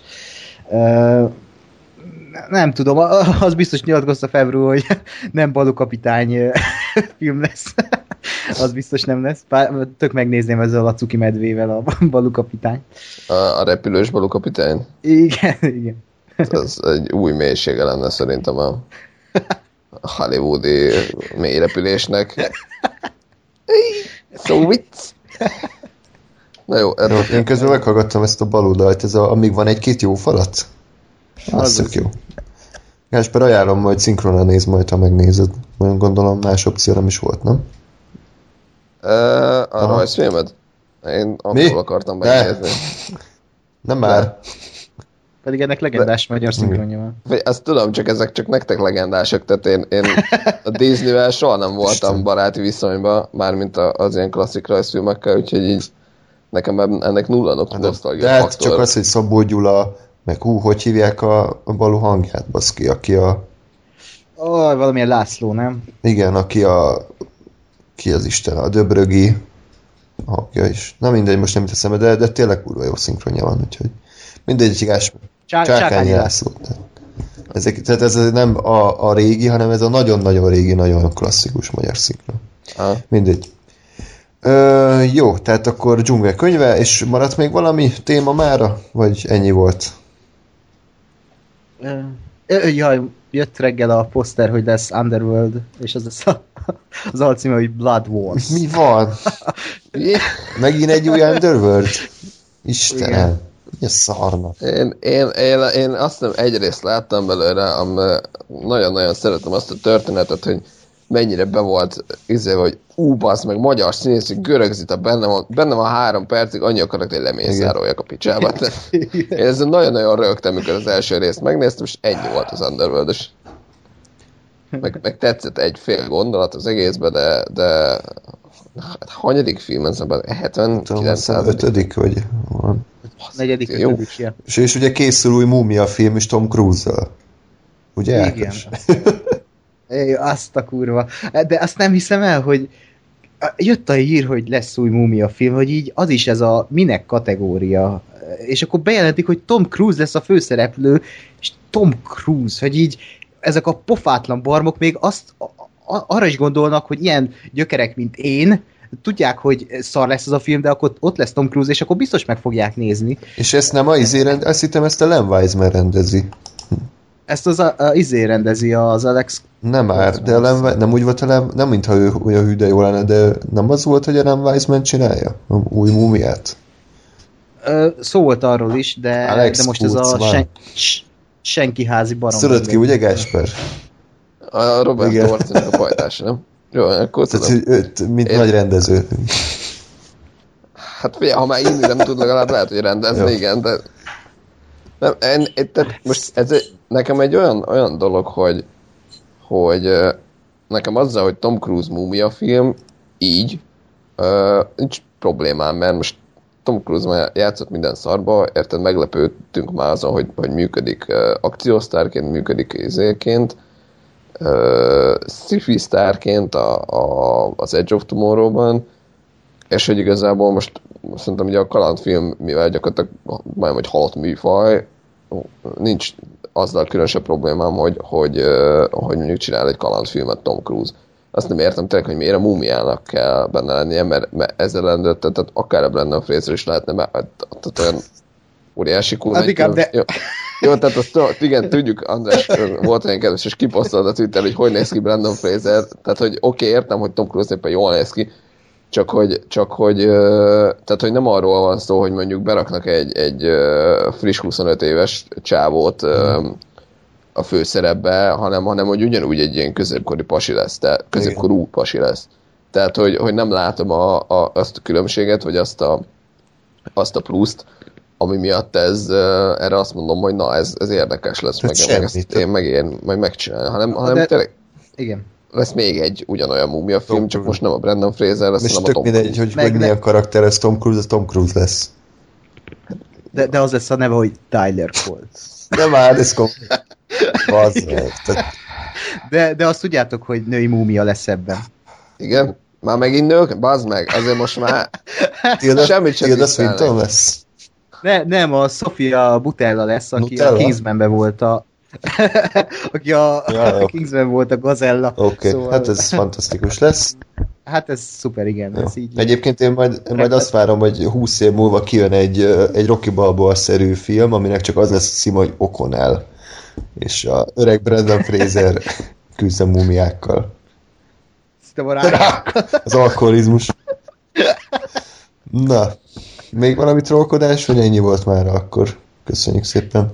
Nem tudom, az biztos nyilatkozta Favreau, hogy nem Balú kapitány film lesz. Az biztos nem lesz. Tök megnézném ezzel a cuki medvével a Balú kapitány. A repülős Balú kapitány? Igen, igen. Ez egy új mélysége lenne szerintem a hollywoodi mélyrepülésnek. So vicc! Na jó, erről... Én közben meghallgattam ezt a Balú dalt, ez amíg van egy-két jó falat. Az tök jó. Gásper, ajánlom, majd szinkronán nézd majd, ha megnézed. Olyan gondolom más opció nem is volt, nem? A rajzfilmed? Én akkor akartam megnézni. Nem már. Pedig ennek legendás magyar szinkronja van. Azt tudom, csak ezek csak nektek legendások, tehát én a Disney-vel soha nem voltam baráti viszonyban, mármint az ilyen klasszik rajzfilmekkel, úgyhogy így nekem ennek nulla nosztalgia. De hát csak az, hogy Szabó Gyula, meg hogy hívják a Balú hangját, baszki, aki a... valamilyen László, nem? Igen, aki ki az Isten, a Döbrögi hangja is. Na mindegy, most nem teszem, de tényleg kurva jó szinkronja van, úgyhogy mindegy, Csákányi László. Tehát ez nem a régi, hanem ez a nagyon-nagyon régi, nagyon klasszikus magyar szinkron. Mindegy. Jó, tehát akkor dzsungel könyve, és maradt még valami téma mára? Vagy ennyi volt? Jaj, jött reggel a poszter, hogy lesz Underworld, és az lesz az alcíme, hogy Blood Wars. Mi van? Megint egy új Underworld? Istenem. Mi a szarnak? Én azt nem egyrészt láttam belőle, nagyon-nagyon szeretem azt a történetet, hogy mennyire be volt hogy basz meg magyar színész, hogy görögzita, benne van 3 percig, annyi akarat, hogy lemészároljak a picsába. Én ezzel nagyon-nagyon rögtem, amikor az első részt megnéztem, és ennyi volt az Underworld-ös. Meg tetszett egy fél gondolat az egészben, de hát hanyadik film ez a 79. 5. vagy van. 4. 5. Ja. És ugye készül új Múmia film is Tom Cruise-zal. Ugye? Igen. Azt a kurva. De azt nem hiszem el, hogy jött a hír, hogy lesz új Múmia film, hogy így az is ez a minek kategória. És akkor bejelentik, hogy Tom Cruise lesz a főszereplő, és Tom Cruise, hogy így ezek a pofátlan barmok még arra is gondolnak, hogy ilyen gyökerek, mint én, tudják, hogy szar lesz az a film, de akkor ott lesz Tom Cruise, és akkor biztos meg fogják nézni. És ezt nem azt hittem, ezt a Len Wiseman rendezi. Ezt az rendezi az Alex... Nem már, de nem úgy volt, nem mintha ő olyan hű, de jó lenne, de nem az volt, hogy a Len Wiseman csinálja a új Múmiát? Szó volt arról is, de most ez a senki házi barom. Szöröd ki, ugye Gásper? A Robert Dortnak a pajtása, nem? Jó, akkor tudom. Mint nagy rendező. Hát figyelj, ha már írni nem tud, legalább lehet, hogy rendezni, igen, de... Nem, tehát most ez nekem egy olyan dolog, hogy nekem azzal, hogy Tom Cruise Múmia film, így nincs problémám, mert most Tom Cruise már játszott minden szarba, érted, meglepődtünk már azon, hogy működik akciósztárként, működik izéként, sci-fi sztárként az Edge of Tomorrow-ban, és hogy igazából most szerintem ugye a kalandfilm, mivel gyakorlatilag majdnem, hogy halott műfaj, nincs azzal különösebb problémám, hogy mondjuk csinál egy kalandfilmet Tom Cruise. Azt nem értem tényleg, hogy miért a Múmiának kell benne lennie, mert ezzel lenne, tehát akár a Brendan Fraser is lehetne, mert olyan óriási kurva. Jó, tehát azt igen, tudjuk, András volt olyan kedves, és kiposztolt a Twitter, hogy néz ki Brendan Fraser, tehát hogy oké, értem, hogy Tom Cruise éppen jól néz ki, csak hogy nem arról van szó, hogy mondjuk beraknak egy friss 25 éves csávót a főszerepbe, hanem hogy ugyanúgy egy ilyen középkori pasi lesz, tehát középkorú pasi lesz. Tehát, hogy nem látom azt a különbséget, vagy azt a pluszt, ami miatt erre azt mondom, hogy na, ez érdekes lesz, meg ezt én majd megcsinálni, hanem tényleg... Igen. lesz még egy ugyanolyan múmia film, csak most nem a Brendan Fraser lesz, és hanem a tök Tom Cruise. mindegy, hogy milyen karakter lesz Tom Cruise, az Tom Cruise lesz. De az lesz a neve, hogy Tyler Holt. De már, ez bazd meg. De azt tudjátok, hogy női múmia lesz ebben. Igen? Már megint nők? Bazd meg, azért most már semmit sem Tilda Swinton lesz? Nem, a Sofia Butella lesz, aki Nutella? a Kingsmanben volt aki a Kingsman volt a gazella. Oké, szóval... hát ez fantasztikus lesz. Hát ez szuper, igen. Ez így Egyébként én majd azt várom, hogy 20 év múlva kijön egy Rocky Balboa-szerű film, aminek csak az lesz a címe, hogy O'Connell. És a öreg Brendan Fraser küzd a múmiákkal. Az alkoholizmus. Na, még valami trollkodás, vagy ennyi volt már akkor? Köszönjük szépen.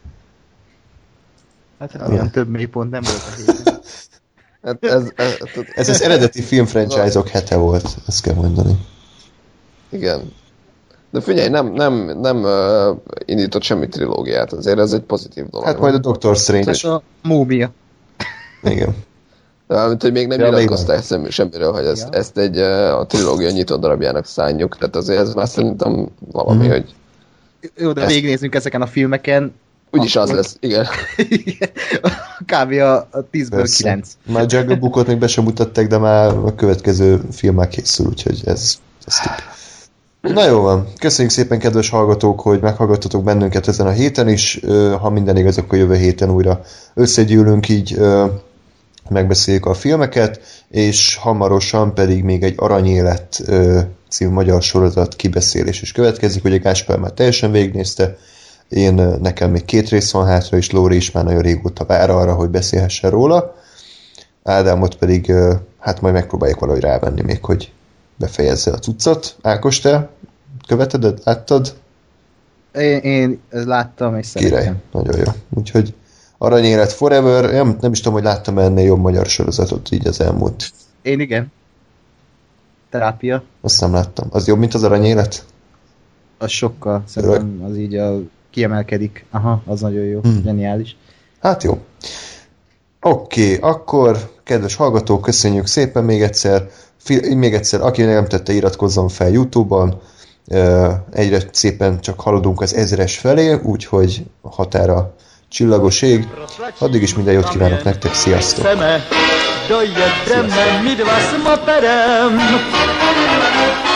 Hát olyan több mélypont nem volt a héten. Hát ez az eredeti filmfranchise-ok hete volt, ezt kell mondani. Igen. De figyelj, nem indított semmi trilógiát, azért ez egy pozitív dolog. Hát majd a Doctor Strange. Hát a múmia. Igen. De mint, hogy még nem nyilatkozták semmiről, hogy ezt a trilógia nyitó darabjának szánjuk, tehát azért ez már szerintem valami, hogy... Jó, de végignézzünk ezeken a filmeken. Úgyis az lesz, igen. Kb. a 10-ből 9. Már Jungle Bookot még be sem mutatták, de már a következő film már készül, úgyhogy ez Na jó van. Köszönjük szépen, kedves hallgatók, hogy meghallgattatok bennünket ezen a héten is. Ha minden igaz, akkor jövő héten újra összegyűlünk, így megbeszéljük a filmeket, és hamarosan pedig még egy Aranyélet című magyar sorozat kibeszélés is következik. Ugye Gáspár már teljesen végignézte, nekem még 2 rész van hátra, és Lóri is már nagyon régóta vár arra, hogy beszélhessen róla. Ádámot pedig hát majd megpróbáljuk valahogy rávenni még, hogy befejezze a cuccot. Ákos, te követed? Láttad? Én láttam, és szeretem. Király, nagyon jó. Úgyhogy Aranyélet Forever, nem is tudom, hogy láttam ennél jobb magyar sorozatot így az elmúlt. Én igen. Terápia. Azt nem láttam. Az jobb, mint az Aranyélet? Az sokkal. Szerintem az így kiemelkedik. Aha, az nagyon jó. Geniális. Hát jó. Oké, akkor kedves hallgatók, köszönjük szépen még egyszer. Még egyszer, aki nem tette, iratkozzon fel YouTube-on. Egyre szépen csak haladunk az 1000-es felé, úgyhogy a határa csillagos ég. Addig is minden jót kívánok nektek, sziasztok! Dojedeme, my dva s motorem.